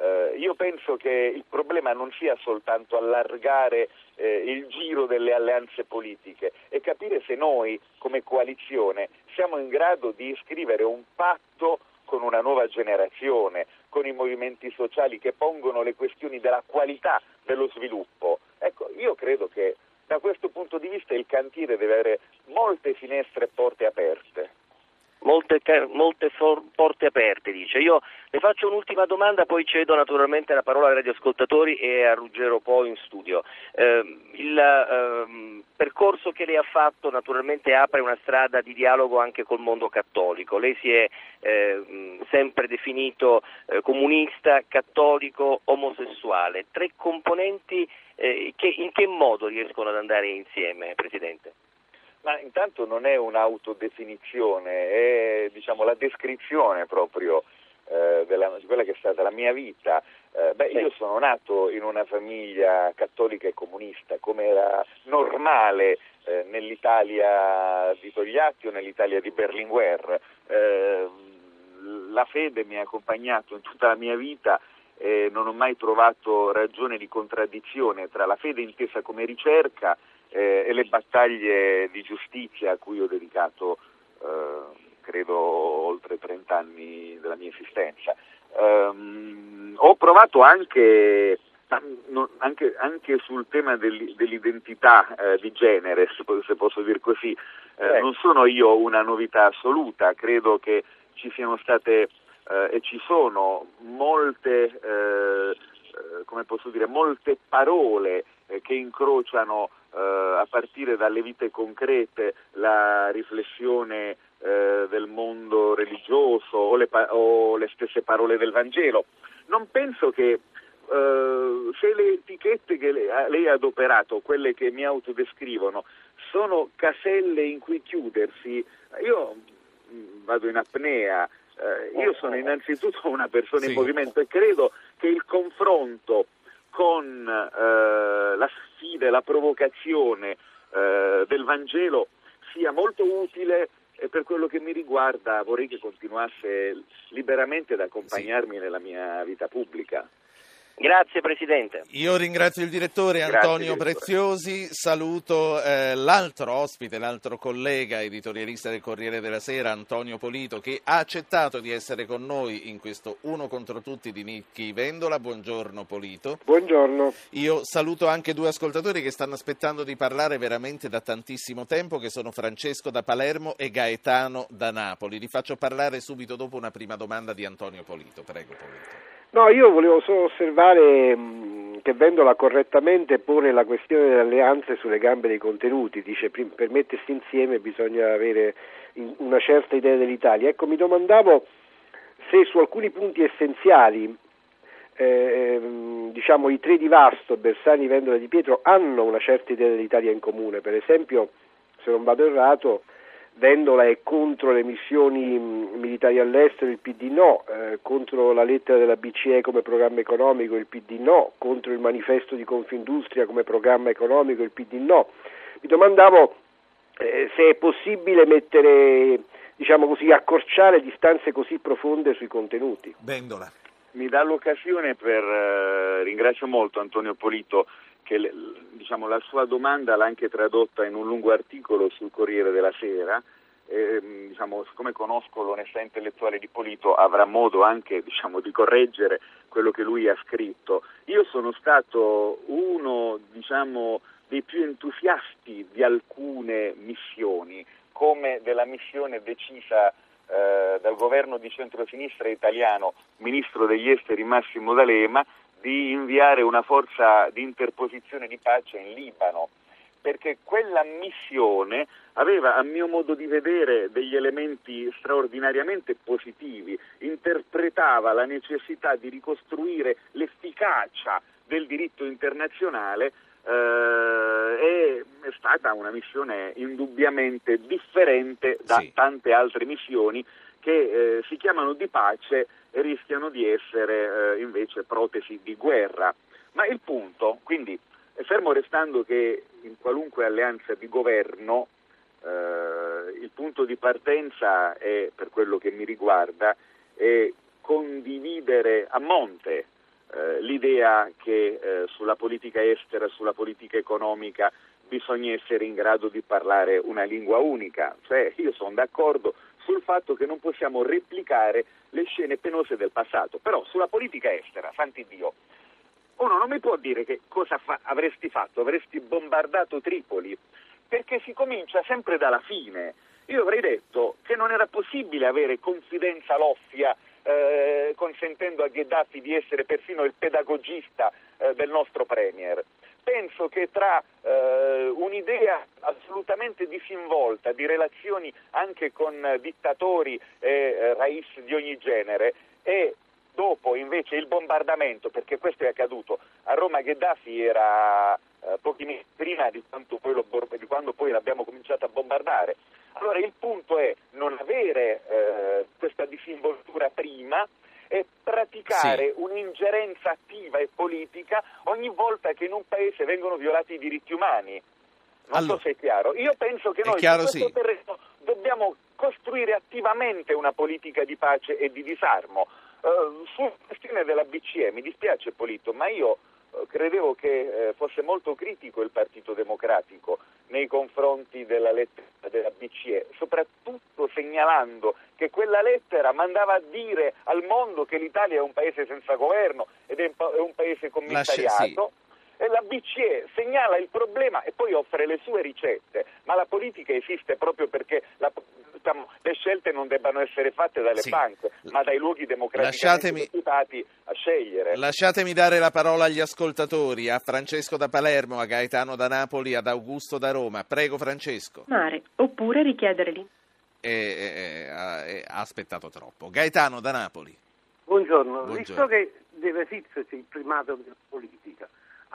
[SPEAKER 4] Eh, io penso che il problema non sia soltanto allargare eh, il giro delle alleanze politiche e capire se noi come coalizione siamo in grado di scrivere un patto con una nuova generazione, con i movimenti sociali che pongono le questioni della qualità dello sviluppo. Ecco, io credo che da questo punto di vista il cantiere deve avere molte finestre e porte aperte.
[SPEAKER 7] Molte, molte for- porte aperte, dice. Io le faccio un'ultima domanda, poi cedo naturalmente la parola ai radioascoltatori e a Ruggero Po in studio. Eh, il eh, percorso che lei ha fatto naturalmente apre una strada di dialogo anche col mondo cattolico. Lei si è eh, sempre definito eh, comunista, cattolico, omosessuale. Tre componenti eh, che in che modo riescono ad andare insieme, Presidente?
[SPEAKER 4] Ma intanto non è un'autodefinizione, è diciamo la descrizione proprio eh, della, di quella che è stata la mia vita. Eh, beh, io sono nato in una famiglia cattolica e comunista, come era normale eh, nell'Italia di Togliatti o nell'Italia di Berlinguer. Eh, la fede mi ha accompagnato in tutta la mia vita e non ho mai trovato ragione di contraddizione tra la fede intesa come ricerca Eh, e le battaglie di giustizia a cui ho dedicato eh, credo oltre trenta anni della mia esistenza. Um, ho provato anche, no, anche, anche sul tema del, dell'identità eh, di genere, se posso dir così. Eh, non sono io una novità assoluta, credo che ci siano state eh, e ci sono molte eh, come posso dire, molte parole eh, che incrociano eh, a partire dalle vite concrete la riflessione eh, del mondo religioso o le, pa- o le stesse parole del Vangelo. Non penso che eh, se le etichette che lei, lei ha adoperato, quelle che mi autodescrivono, sono caselle in cui chiudersi, io mh, vado in apnea. Uh, io sono innanzitutto una persona sì. in movimento e credo che il confronto con uh, la sfida e la provocazione uh, del Vangelo sia molto utile e per quello che mi riguarda vorrei che continuasse liberamente ad accompagnarmi sì. nella mia vita pubblica.
[SPEAKER 7] Grazie Presidente.
[SPEAKER 2] Io ringrazio il direttore
[SPEAKER 4] Grazie,
[SPEAKER 2] Antonio
[SPEAKER 4] direttore.
[SPEAKER 2] Preziosi, saluto eh, l'altro ospite, l'altro collega editorialista del Corriere della Sera, Antonio Polito, che ha accettato di essere con noi in questo Uno contro tutti di Nichi Vendola. Buongiorno Polito.
[SPEAKER 8] Buongiorno.
[SPEAKER 2] Io saluto anche due ascoltatori che stanno aspettando di parlare veramente da tantissimo tempo, che sono Francesco da Palermo e Gaetano da Napoli. Li faccio parlare subito dopo una prima domanda di Antonio Polito. Prego Polito.
[SPEAKER 8] No, io volevo solo osservare mh, che Vendola correttamente pone la questione delle alleanze sulle gambe dei contenuti, dice per mettersi insieme bisogna avere in, una certa idea dell'Italia. Ecco, mi domandavo se su alcuni punti essenziali, eh, diciamo i tre di Vasto, Bersani, Vendola e Di Pietro hanno una certa idea dell'Italia in comune. Per esempio, se non vado errato, Vendola è contro le missioni militari all'estero, il P D no, eh, contro la lettera della B C E come programma economico, il P D no, contro il manifesto di Confindustria come programma economico, il P D no. Mi domandavo eh, se è possibile mettere, diciamo così, accorciare distanze così profonde sui contenuti.
[SPEAKER 2] Vendola.
[SPEAKER 4] Mi dà l'occasione per, eh, ringrazio molto Antonio Polito, che diciamo, la sua domanda l'ha anche tradotta in un lungo articolo sul Corriere della Sera. Eh, diciamo, siccome conosco l'onestà intellettuale di Polito, avrà modo anche diciamo, di correggere quello che lui ha scritto. Io sono stato uno diciamo, dei più entusiasti di alcune missioni, come della missione decisa eh, dal governo di centrosinistra italiano, ministro degli esteri Massimo D'Alema, di inviare una forza di interposizione di pace in Libano, perché quella missione aveva, a mio modo di vedere, degli elementi straordinariamente positivi, interpretava la necessità di ricostruire l'efficacia del diritto internazionale eh, e è stata una missione indubbiamente differente da sì. tante altre missioni che eh, si chiamano di pace e rischiano di essere eh, invece protesi di guerra. Ma il punto, quindi, fermo restando che in qualunque alleanza di governo eh, il punto di partenza è, per quello che mi riguarda, è condividere a monte eh, l'idea che eh, sulla politica estera, sulla politica economica bisogna essere in grado di parlare una lingua unica. Cioè, io sono d'accordo sul fatto che non possiamo replicare le scene penose del passato, però sulla politica estera, santi Dio, uno non mi può dire che cosa fa- avresti fatto, avresti bombardato Tripoli, perché si comincia sempre dalla fine. Io avrei detto che non era possibile avere confidenza loffia eh, consentendo a Gheddafi di essere persino il pedagogista eh, del nostro premier. Penso che tra eh, un'idea assolutamente disinvolta di relazioni anche con eh, dittatori e eh, rais di ogni genere e dopo invece il bombardamento, perché questo è accaduto, a Roma Gheddafi era eh, pochi mesi prima di, quanto poi lo, di quando poi l'abbiamo cominciato a bombardare. Allora il punto è non avere eh, questa disinvoltura prima e praticare
[SPEAKER 2] sì.
[SPEAKER 4] un'ingerenza attiva e politica ogni volta che in un paese vengono violati i diritti umani. Non
[SPEAKER 2] allora,
[SPEAKER 4] so se è chiaro. Io penso che noi
[SPEAKER 2] chiaro,
[SPEAKER 4] su questo
[SPEAKER 2] sì.
[SPEAKER 4] terreno dobbiamo costruire attivamente una politica di pace e di disarmo. Uh, sulla questione della B C E, mi dispiace Polito, ma io uh, credevo che uh, fosse molto critico il Partito Democratico nei confronti della lettera della B C E, soprattutto segnalando che quella lettera mandava a dire al mondo che l'Italia è un paese senza governo ed è un, pa- è un paese commissariato.
[SPEAKER 2] Lascia, sì.
[SPEAKER 4] E la B C E segnala il problema e poi offre le sue ricette, ma la politica esiste proprio perché la, diciamo, le scelte non debbano essere fatte dalle
[SPEAKER 2] sì.
[SPEAKER 4] banche, ma dai luoghi democraticamente
[SPEAKER 2] Lasciatemi...
[SPEAKER 4] deputati a scegliere.
[SPEAKER 2] Lasciatemi dare la parola agli ascoltatori, a Francesco da Palermo, a Gaetano da Napoli, ad Augusto da Roma. Prego Francesco.
[SPEAKER 9] Mare, oppure richiedere lì.
[SPEAKER 2] E, e, e, ha aspettato troppo. Gaetano da Napoli.
[SPEAKER 10] Buongiorno.
[SPEAKER 2] Buongiorno.
[SPEAKER 10] Visto che deve esserci il primato della politica,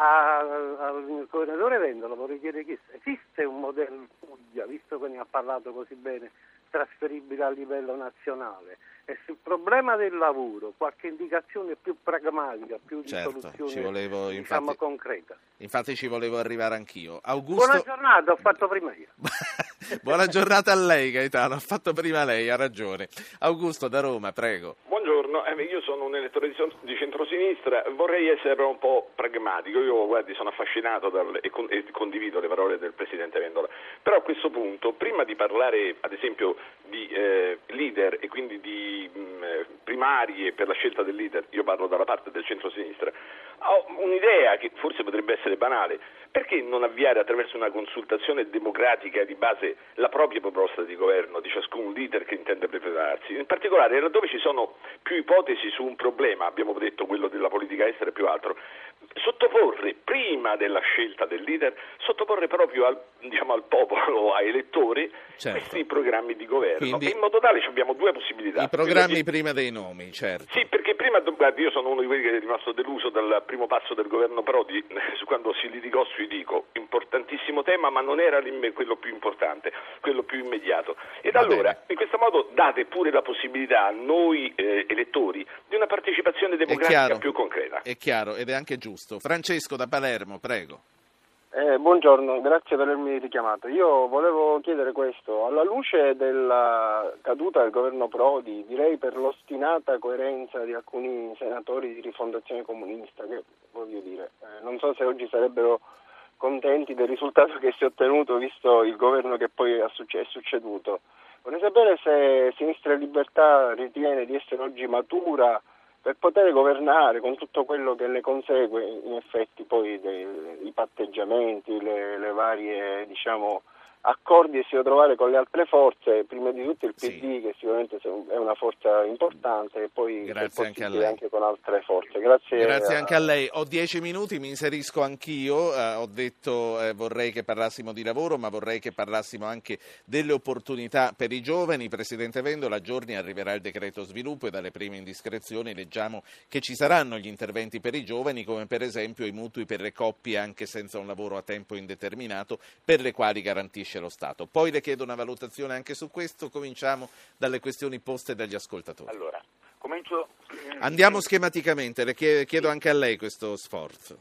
[SPEAKER 10] al governatore Vendola vorrei chiedere che esiste un modello Puglia, visto che ne ha parlato così bene, trasferibile a livello nazionale, e sul problema del lavoro qualche indicazione più pragmatica, più di
[SPEAKER 2] certo,
[SPEAKER 10] soluzione
[SPEAKER 2] ci volevo,
[SPEAKER 10] diciamo
[SPEAKER 2] infatti,
[SPEAKER 10] concreta.
[SPEAKER 2] Infatti ci volevo arrivare anch'io. Augusto...
[SPEAKER 10] Buona giornata, ho fatto prima io.
[SPEAKER 2] Buona giornata a lei Gaetano, ha fatto prima lei, ha ragione. Augusto da Roma, prego.
[SPEAKER 11] Buongiorno, eh, io sono un elettore di, di centrosinistra, vorrei essere però un po' pragmatico, io guardi sono affascinato dal, e, con, e condivido le parole del Presidente Vendola, però a questo punto, prima di parlare ad esempio di eh, leader e quindi di mh, primarie per la scelta del leader, io parlo dalla parte del centrosinistra, ho un'idea che forse potrebbe essere banale: perché non avviare attraverso una consultazione democratica di base la propria proposta di governo di ciascun leader che intende prepararsi? In particolare laddove ci sono più ipotesi su un problema, abbiamo detto quello della politica estera e più altro, sottoporre prima della scelta del leader, sottoporre proprio al, diciamo, al popolo, ai elettori,
[SPEAKER 2] certo.
[SPEAKER 11] questi programmi di governo.
[SPEAKER 2] Quindi,
[SPEAKER 11] in modo tale abbiamo due possibilità.
[SPEAKER 2] I programmi
[SPEAKER 11] di...
[SPEAKER 2] prima dei nomi, certo.
[SPEAKER 11] Sì, perché prima, guardi, io sono uno di quelli che è rimasto deluso dal primo passo del governo Prodi, quando si litigò sui Dico, importantissimo tema, ma non era quello più importante, quello più immediato. Ed
[SPEAKER 2] Va
[SPEAKER 11] allora,
[SPEAKER 2] bene.
[SPEAKER 11] in questo modo date pure la possibilità a noi eh, elettori di una partecipazione democratica più concreta.
[SPEAKER 2] È chiaro, ed è anche giusto. Francesco da Palermo, prego.
[SPEAKER 12] Eh, buongiorno, grazie per avermi richiamato. Io volevo chiedere questo: alla luce della caduta del governo Prodi, direi per l'ostinata coerenza di alcuni senatori di Rifondazione Comunista, che voglio dire, eh, non so se oggi sarebbero contenti del risultato che si è ottenuto visto il governo che poi è succeduto. Vorrei sapere se Sinistra e Libertà ritiene di essere oggi matura per poter governare con tutto quello che ne consegue, in effetti poi dei, i patteggiamenti, le, le varie diciamo accordi che si deve trovare con le altre forze, prima di tutto il P D sì. che sicuramente è una forza importante, e poi
[SPEAKER 2] grazie anche, a lei.
[SPEAKER 12] anche con altre forze. Grazie,
[SPEAKER 2] grazie
[SPEAKER 12] a...
[SPEAKER 2] anche a lei. Ho dieci minuti, mi inserisco anch'io, eh, ho detto eh, vorrei che parlassimo di lavoro, ma vorrei che parlassimo anche delle opportunità per i giovani. Presidente Vendola, a giorni arriverà il decreto sviluppo e dalle prime indiscrezioni leggiamo che ci saranno gli interventi per i giovani, come per esempio i mutui per le coppie anche senza un lavoro a tempo indeterminato, per le quali garantisce lo Stato. Poi le chiedo una valutazione anche su questo. Cominciamo dalle questioni poste dagli ascoltatori.
[SPEAKER 4] Allora, comincio...
[SPEAKER 2] Andiamo schematicamente, le chiedo anche a lei questo sforzo.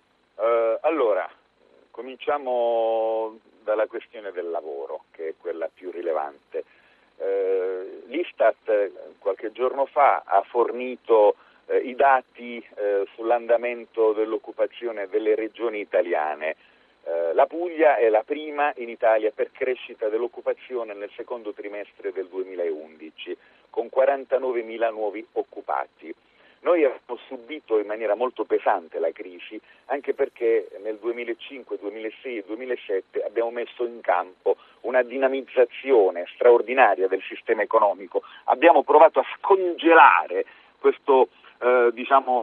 [SPEAKER 4] Uh, allora, cominciamo dalla questione del lavoro, che è quella più rilevante. Uh, L'Istat qualche giorno fa ha fornito uh, i dati eh, sull'andamento dell'occupazione delle regioni italiane. Eh, la Puglia è la prima in Italia per crescita dell'occupazione nel secondo trimestre del duemilaundici, con quarantanovemila nuovi occupati. Noi abbiamo subito in maniera molto pesante la crisi, anche perché nel duemilacinque, duemilasei e duemilasette abbiamo messo in campo una dinamizzazione straordinaria del sistema economico. Abbiamo provato a scongelare questo eh, diciamo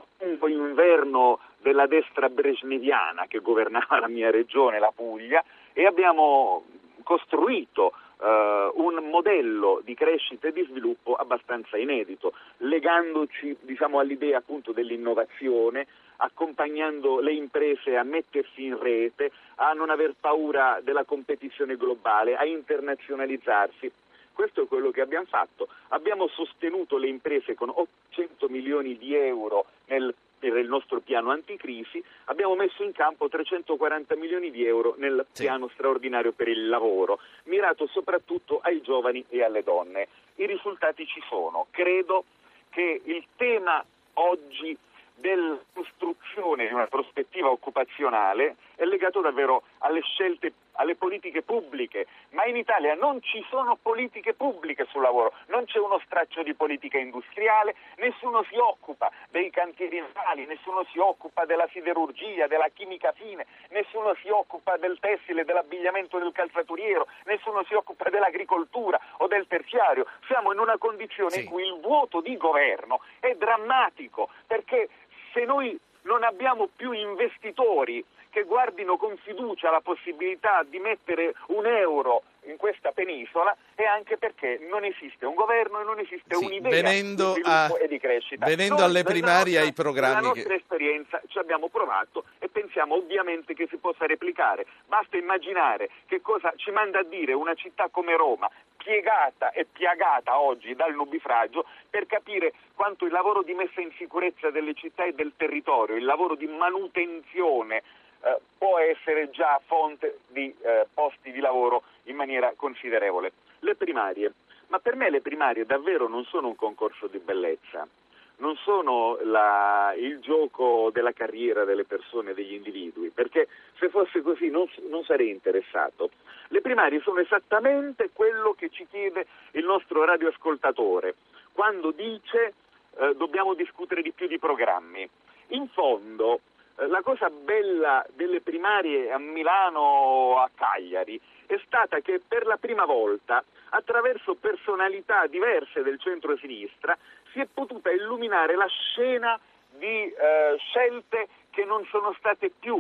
[SPEAKER 4] inverno della destra brezhneviana che governava la mia regione, la Puglia, e abbiamo costruito Uh, un modello di crescita e di sviluppo abbastanza inedito, legandoci diciamo all'idea appunto dell'innovazione, accompagnando le imprese a mettersi in rete, a non aver paura della competizione globale, a internazionalizzarsi. Questo è quello che abbiamo fatto. Abbiamo sostenuto le imprese con ottocento milioni di euro nel per il nostro piano anticrisi, abbiamo messo in campo trecentoquaranta milioni di euro nel sì. piano straordinario per il lavoro, mirato soprattutto ai giovani e alle donne. I risultati ci sono. Credo che il tema oggi della costruzione di una prospettiva occupazionale è legato davvero alle scelte, alle politiche pubbliche, ma in Italia non ci sono politiche pubbliche sul lavoro, non c'è uno straccio di politica industriale, nessuno si occupa dei cantieri navali, nessuno si occupa della siderurgia, della chimica fine, nessuno si occupa del tessile, dell'abbigliamento del calzaturiero, nessuno si occupa dell'agricoltura o del terziario. Siamo in una condizione sì. in cui il vuoto di governo è drammatico, perché se noi non abbiamo più investitori che guardino con fiducia la possibilità di mettere un euro in questa penisola, è anche perché non esiste un governo e non esiste sì, un'idea
[SPEAKER 2] venendo
[SPEAKER 4] di sviluppo
[SPEAKER 2] a,
[SPEAKER 4] e di crescita.
[SPEAKER 2] Venendo
[SPEAKER 4] Noi,
[SPEAKER 2] alle primarie,
[SPEAKER 4] nostra,
[SPEAKER 2] ai programmi.
[SPEAKER 4] Nella nostra
[SPEAKER 2] che...
[SPEAKER 4] esperienza ci abbiamo provato e pensiamo ovviamente che si possa replicare. Basta immaginare che cosa ci manda a dire una città come Roma, piegata e piagata oggi dal nubifragio, per capire quanto il lavoro di messa in sicurezza delle città e del territorio, il lavoro di manutenzione eh, può essere già fonte di eh, posti di lavoro in maniera considerevole. Le primarie, ma per me le primarie davvero non sono un concorso di bellezza, non sono la, il gioco della carriera delle persone, degli individui, perché se fosse così non, non sarei interessato. Le primarie sono esattamente quello che ci chiede il nostro radioascoltatore quando dice eh, dobbiamo discutere di più di programmi. In fondo eh, la cosa bella delle primarie a Milano o a Cagliari è stata che per la prima volta, attraverso personalità diverse del centro-sinistra, si è potuta illuminare la scena di eh, scelte che non sono state più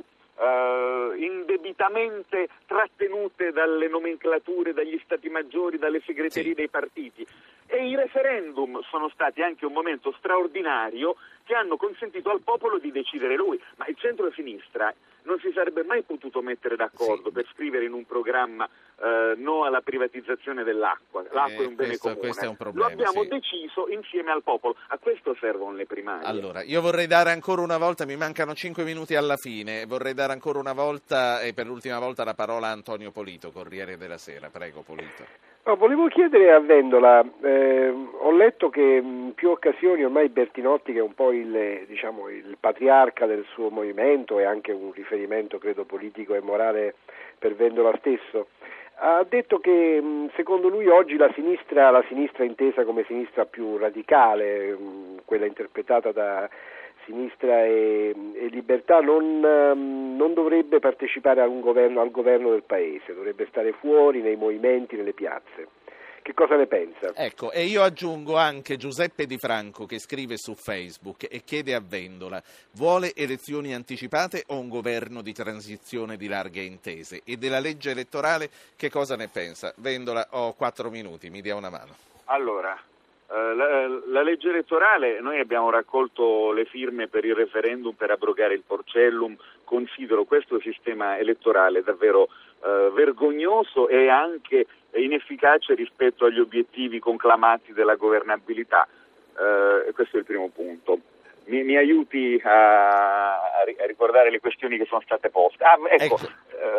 [SPEAKER 4] Uh, indebitamente trattenute dalle nomenclature, dagli stati maggiori, dalle segreterie sì. dei partiti. E i referendum sono stati anche un momento straordinario che hanno consentito al popolo di decidere lui, ma il centro-sinistra non si sarebbe mai potuto mettere d'accordo sì. per scrivere in un programma eh, no alla privatizzazione dell'acqua. L'acqua eh, è un bene
[SPEAKER 2] questo,
[SPEAKER 4] comune.
[SPEAKER 2] Questo è un problema,
[SPEAKER 4] Lo abbiamo
[SPEAKER 2] sì.
[SPEAKER 4] deciso insieme al popolo. A questo servono le primarie.
[SPEAKER 2] Allora, io vorrei dare ancora una volta, mi mancano cinque minuti alla fine, vorrei dare ancora una volta e per l'ultima volta la parola a Antonio Polito, Corriere della Sera. Prego, Polito.
[SPEAKER 8] No, volevo chiedere a Vendola, eh, ho letto che in più occasioni ormai Bertinotti, che è un po' il, diciamo, il patriarca del suo movimento e anche un riferimento credo politico e morale per Vendola stesso, ha detto che secondo lui oggi la sinistra, la sinistra intesa come sinistra più radicale, quella interpretata da Sinistra e, e Libertà, non, non dovrebbe partecipare a un governo, al governo del Paese, dovrebbe stare fuori nei movimenti, nelle piazze. Che cosa ne pensa?
[SPEAKER 2] Ecco, e io aggiungo anche Giuseppe Di Franco che scrive su Facebook e chiede a Vendola: vuole elezioni anticipate o un governo di transizione di larghe intese? E della legge elettorale che cosa ne pensa? Vendola, ho quattro minuti, mi dia una mano.
[SPEAKER 4] Allora, Uh, la, la legge elettorale, noi abbiamo raccolto le firme per il referendum per abrogare il Porcellum. Considero questo sistema elettorale davvero uh, vergognoso e anche inefficace rispetto agli obiettivi conclamati della governabilità. Uh, questo è il primo punto. Mi, mi aiuti a, a ricordare le questioni che sono state poste. Ah, ecco, ecco.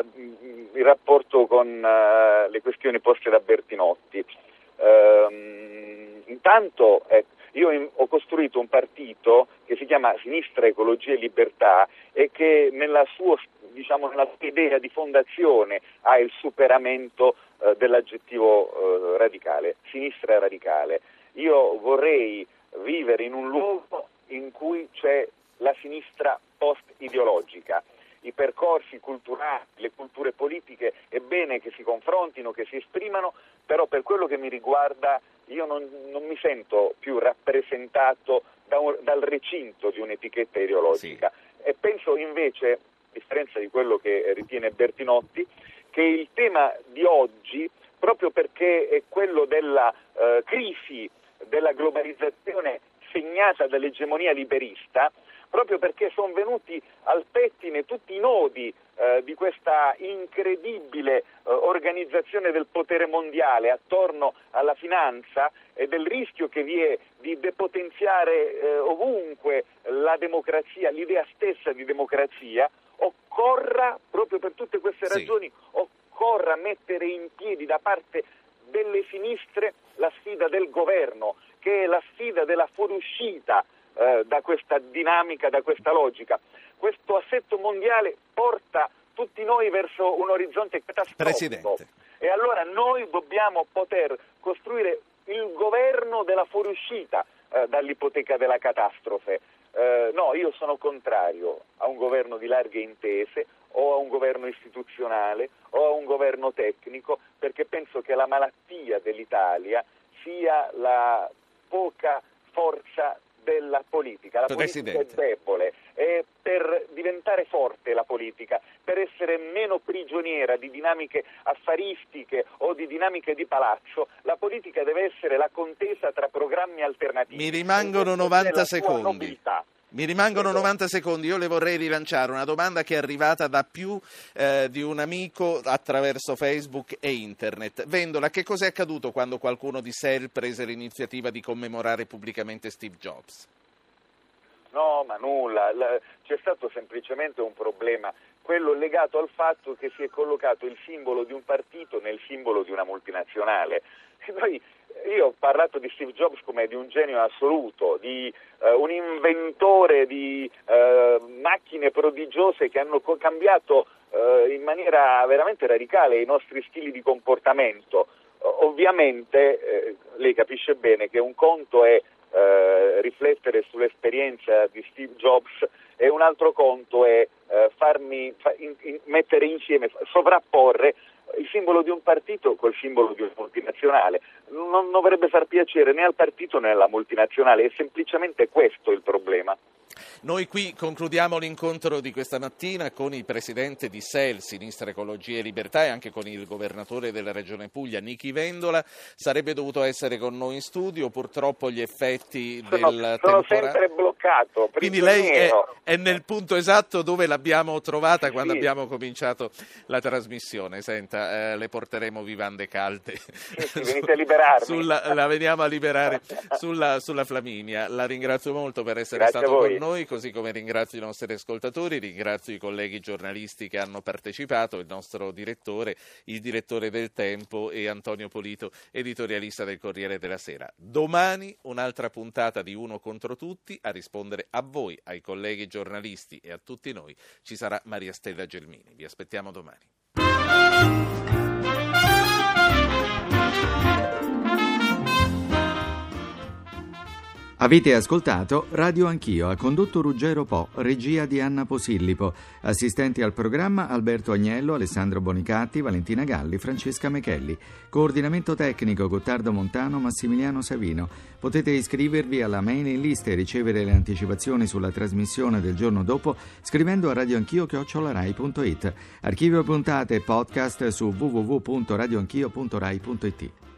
[SPEAKER 4] Uh, il rapporto con uh, le questioni poste da Bertinotti. Uh, Intanto eh, Io in, ho costruito un partito che si chiama Sinistra, Ecologia e Libertà e che nella sua, diciamo, nella sua idea di fondazione ha il superamento eh, dell'aggettivo eh, radicale, sinistra radicale. Io vorrei vivere in un luogo in cui c'è la sinistra post-ideologica. I percorsi culturali, le culture politiche è bene che si confrontino, che si esprimano, però per quello che mi riguarda io non, non mi sento più rappresentato da un, dal recinto di un'etichetta ideologica. Sì. E penso invece, a differenza di quello che ritiene Bertinotti, che il tema di oggi, proprio perché è quello della eh, crisi della globalizzazione segnata dall'egemonia liberista, proprio perché sono venuti al pettine tutti i nodi eh, di questa incredibile eh, organizzazione del potere mondiale attorno alla finanza e del rischio che vi è di depotenziare eh, ovunque la democrazia, l'idea stessa di democrazia, occorra, proprio per tutte queste ragioni, sì. occorra mettere in piedi da parte delle sinistre la sfida del governo, che è la sfida della fuoriuscita eh, da questa dinamica, da questa logica. Questo assetto mondiale porta tutti noi verso un orizzonte catastrofico.
[SPEAKER 2] Presidente.
[SPEAKER 4] E allora noi dobbiamo poter costruire il governo della fuoriuscita eh, dall'ipoteca della catastrofe. Eh, no, io sono contrario a un governo di larghe intese o a un governo istituzionale o a un governo tecnico, perché penso che la malattia dell'Italia sia la poca forza della politica. La
[SPEAKER 2] Presidente.
[SPEAKER 4] politica è debole e per diventare forte la politica, per essere meno prigioniera di dinamiche affaristiche o di dinamiche di palazzo, la politica deve essere la contesa tra programmi alternativi.
[SPEAKER 2] Mi rimangono novanta secondi. Mi rimangono novanta secondi, io le vorrei rilanciare una domanda che è arrivata da più eh, di un amico attraverso Facebook e internet. Vendola, che cosa è accaduto quando qualcuno di S E L prese l'iniziativa di commemorare pubblicamente Steve Jobs?
[SPEAKER 4] No, ma nulla, c'è stato semplicemente un problema, quello legato al fatto che si è collocato il simbolo di un partito nel simbolo di una multinazionale. E noi, io ho parlato di Steve Jobs come di un genio assoluto, di uh, un inventore di uh, macchine prodigiose che hanno co- cambiato uh, in maniera veramente radicale i nostri stili di comportamento. Uh, ovviamente eh, lei capisce bene che un conto è uh, riflettere sull'esperienza di Steve Jobs e un altro conto è uh, farmi fa- in- in- mettere insieme, sovrapporre il simbolo di un partito col simbolo di una multinazionale. Non dovrebbe far piacere né al partito né alla multinazionale, è semplicemente questo il problema.
[SPEAKER 2] Noi qui concludiamo l'incontro di questa mattina con il presidente di S E L, Sinistra, Ecologia e Libertà, e anche con il governatore della Regione Puglia, Nichi Vendola. Sarebbe dovuto essere con noi in studio, purtroppo gli effetti
[SPEAKER 4] sono,
[SPEAKER 2] del
[SPEAKER 4] sono
[SPEAKER 2] temporale...
[SPEAKER 4] sempre bloccato.
[SPEAKER 2] Quindi lei è, è nel punto esatto dove l'abbiamo trovata
[SPEAKER 4] sì,
[SPEAKER 2] quando
[SPEAKER 4] sì.
[SPEAKER 2] abbiamo cominciato la trasmissione. Senta, eh, le porteremo vivande calde.
[SPEAKER 4] Sì, sì, venite a liberarmi.
[SPEAKER 2] Sulla, la veniamo a liberare sulla, sulla Flaminia. La ringrazio molto per essere
[SPEAKER 4] Grazie
[SPEAKER 2] stato con noi, così come ringrazio i nostri ascoltatori, ringrazio i colleghi giornalisti che hanno partecipato, il nostro direttore, il direttore del Tempo e Antonio Polito, editorialista del Corriere della Sera. Domani un'altra puntata di Uno contro tutti, a rispondere a voi, ai colleghi giornalisti e a tutti noi ci sarà Maria Stella Gelmini. Vi aspettiamo domani.
[SPEAKER 13] Avete ascoltato Radio Anch'io, ha condotto Ruggero Po, regia di Anna Posillipo, assistenti al programma Alberto Agnello, Alessandro Bonicatti, Valentina Galli, Francesca Mechelli, coordinamento tecnico Gottardo Montano, Massimiliano Savino. Potete iscrivervi alla mailing list e ricevere le anticipazioni sulla trasmissione del giorno dopo scrivendo a radioanchio chiocciola rai punto it. Archivio puntate e podcast su w w w punto radioanchio punto rai punto it.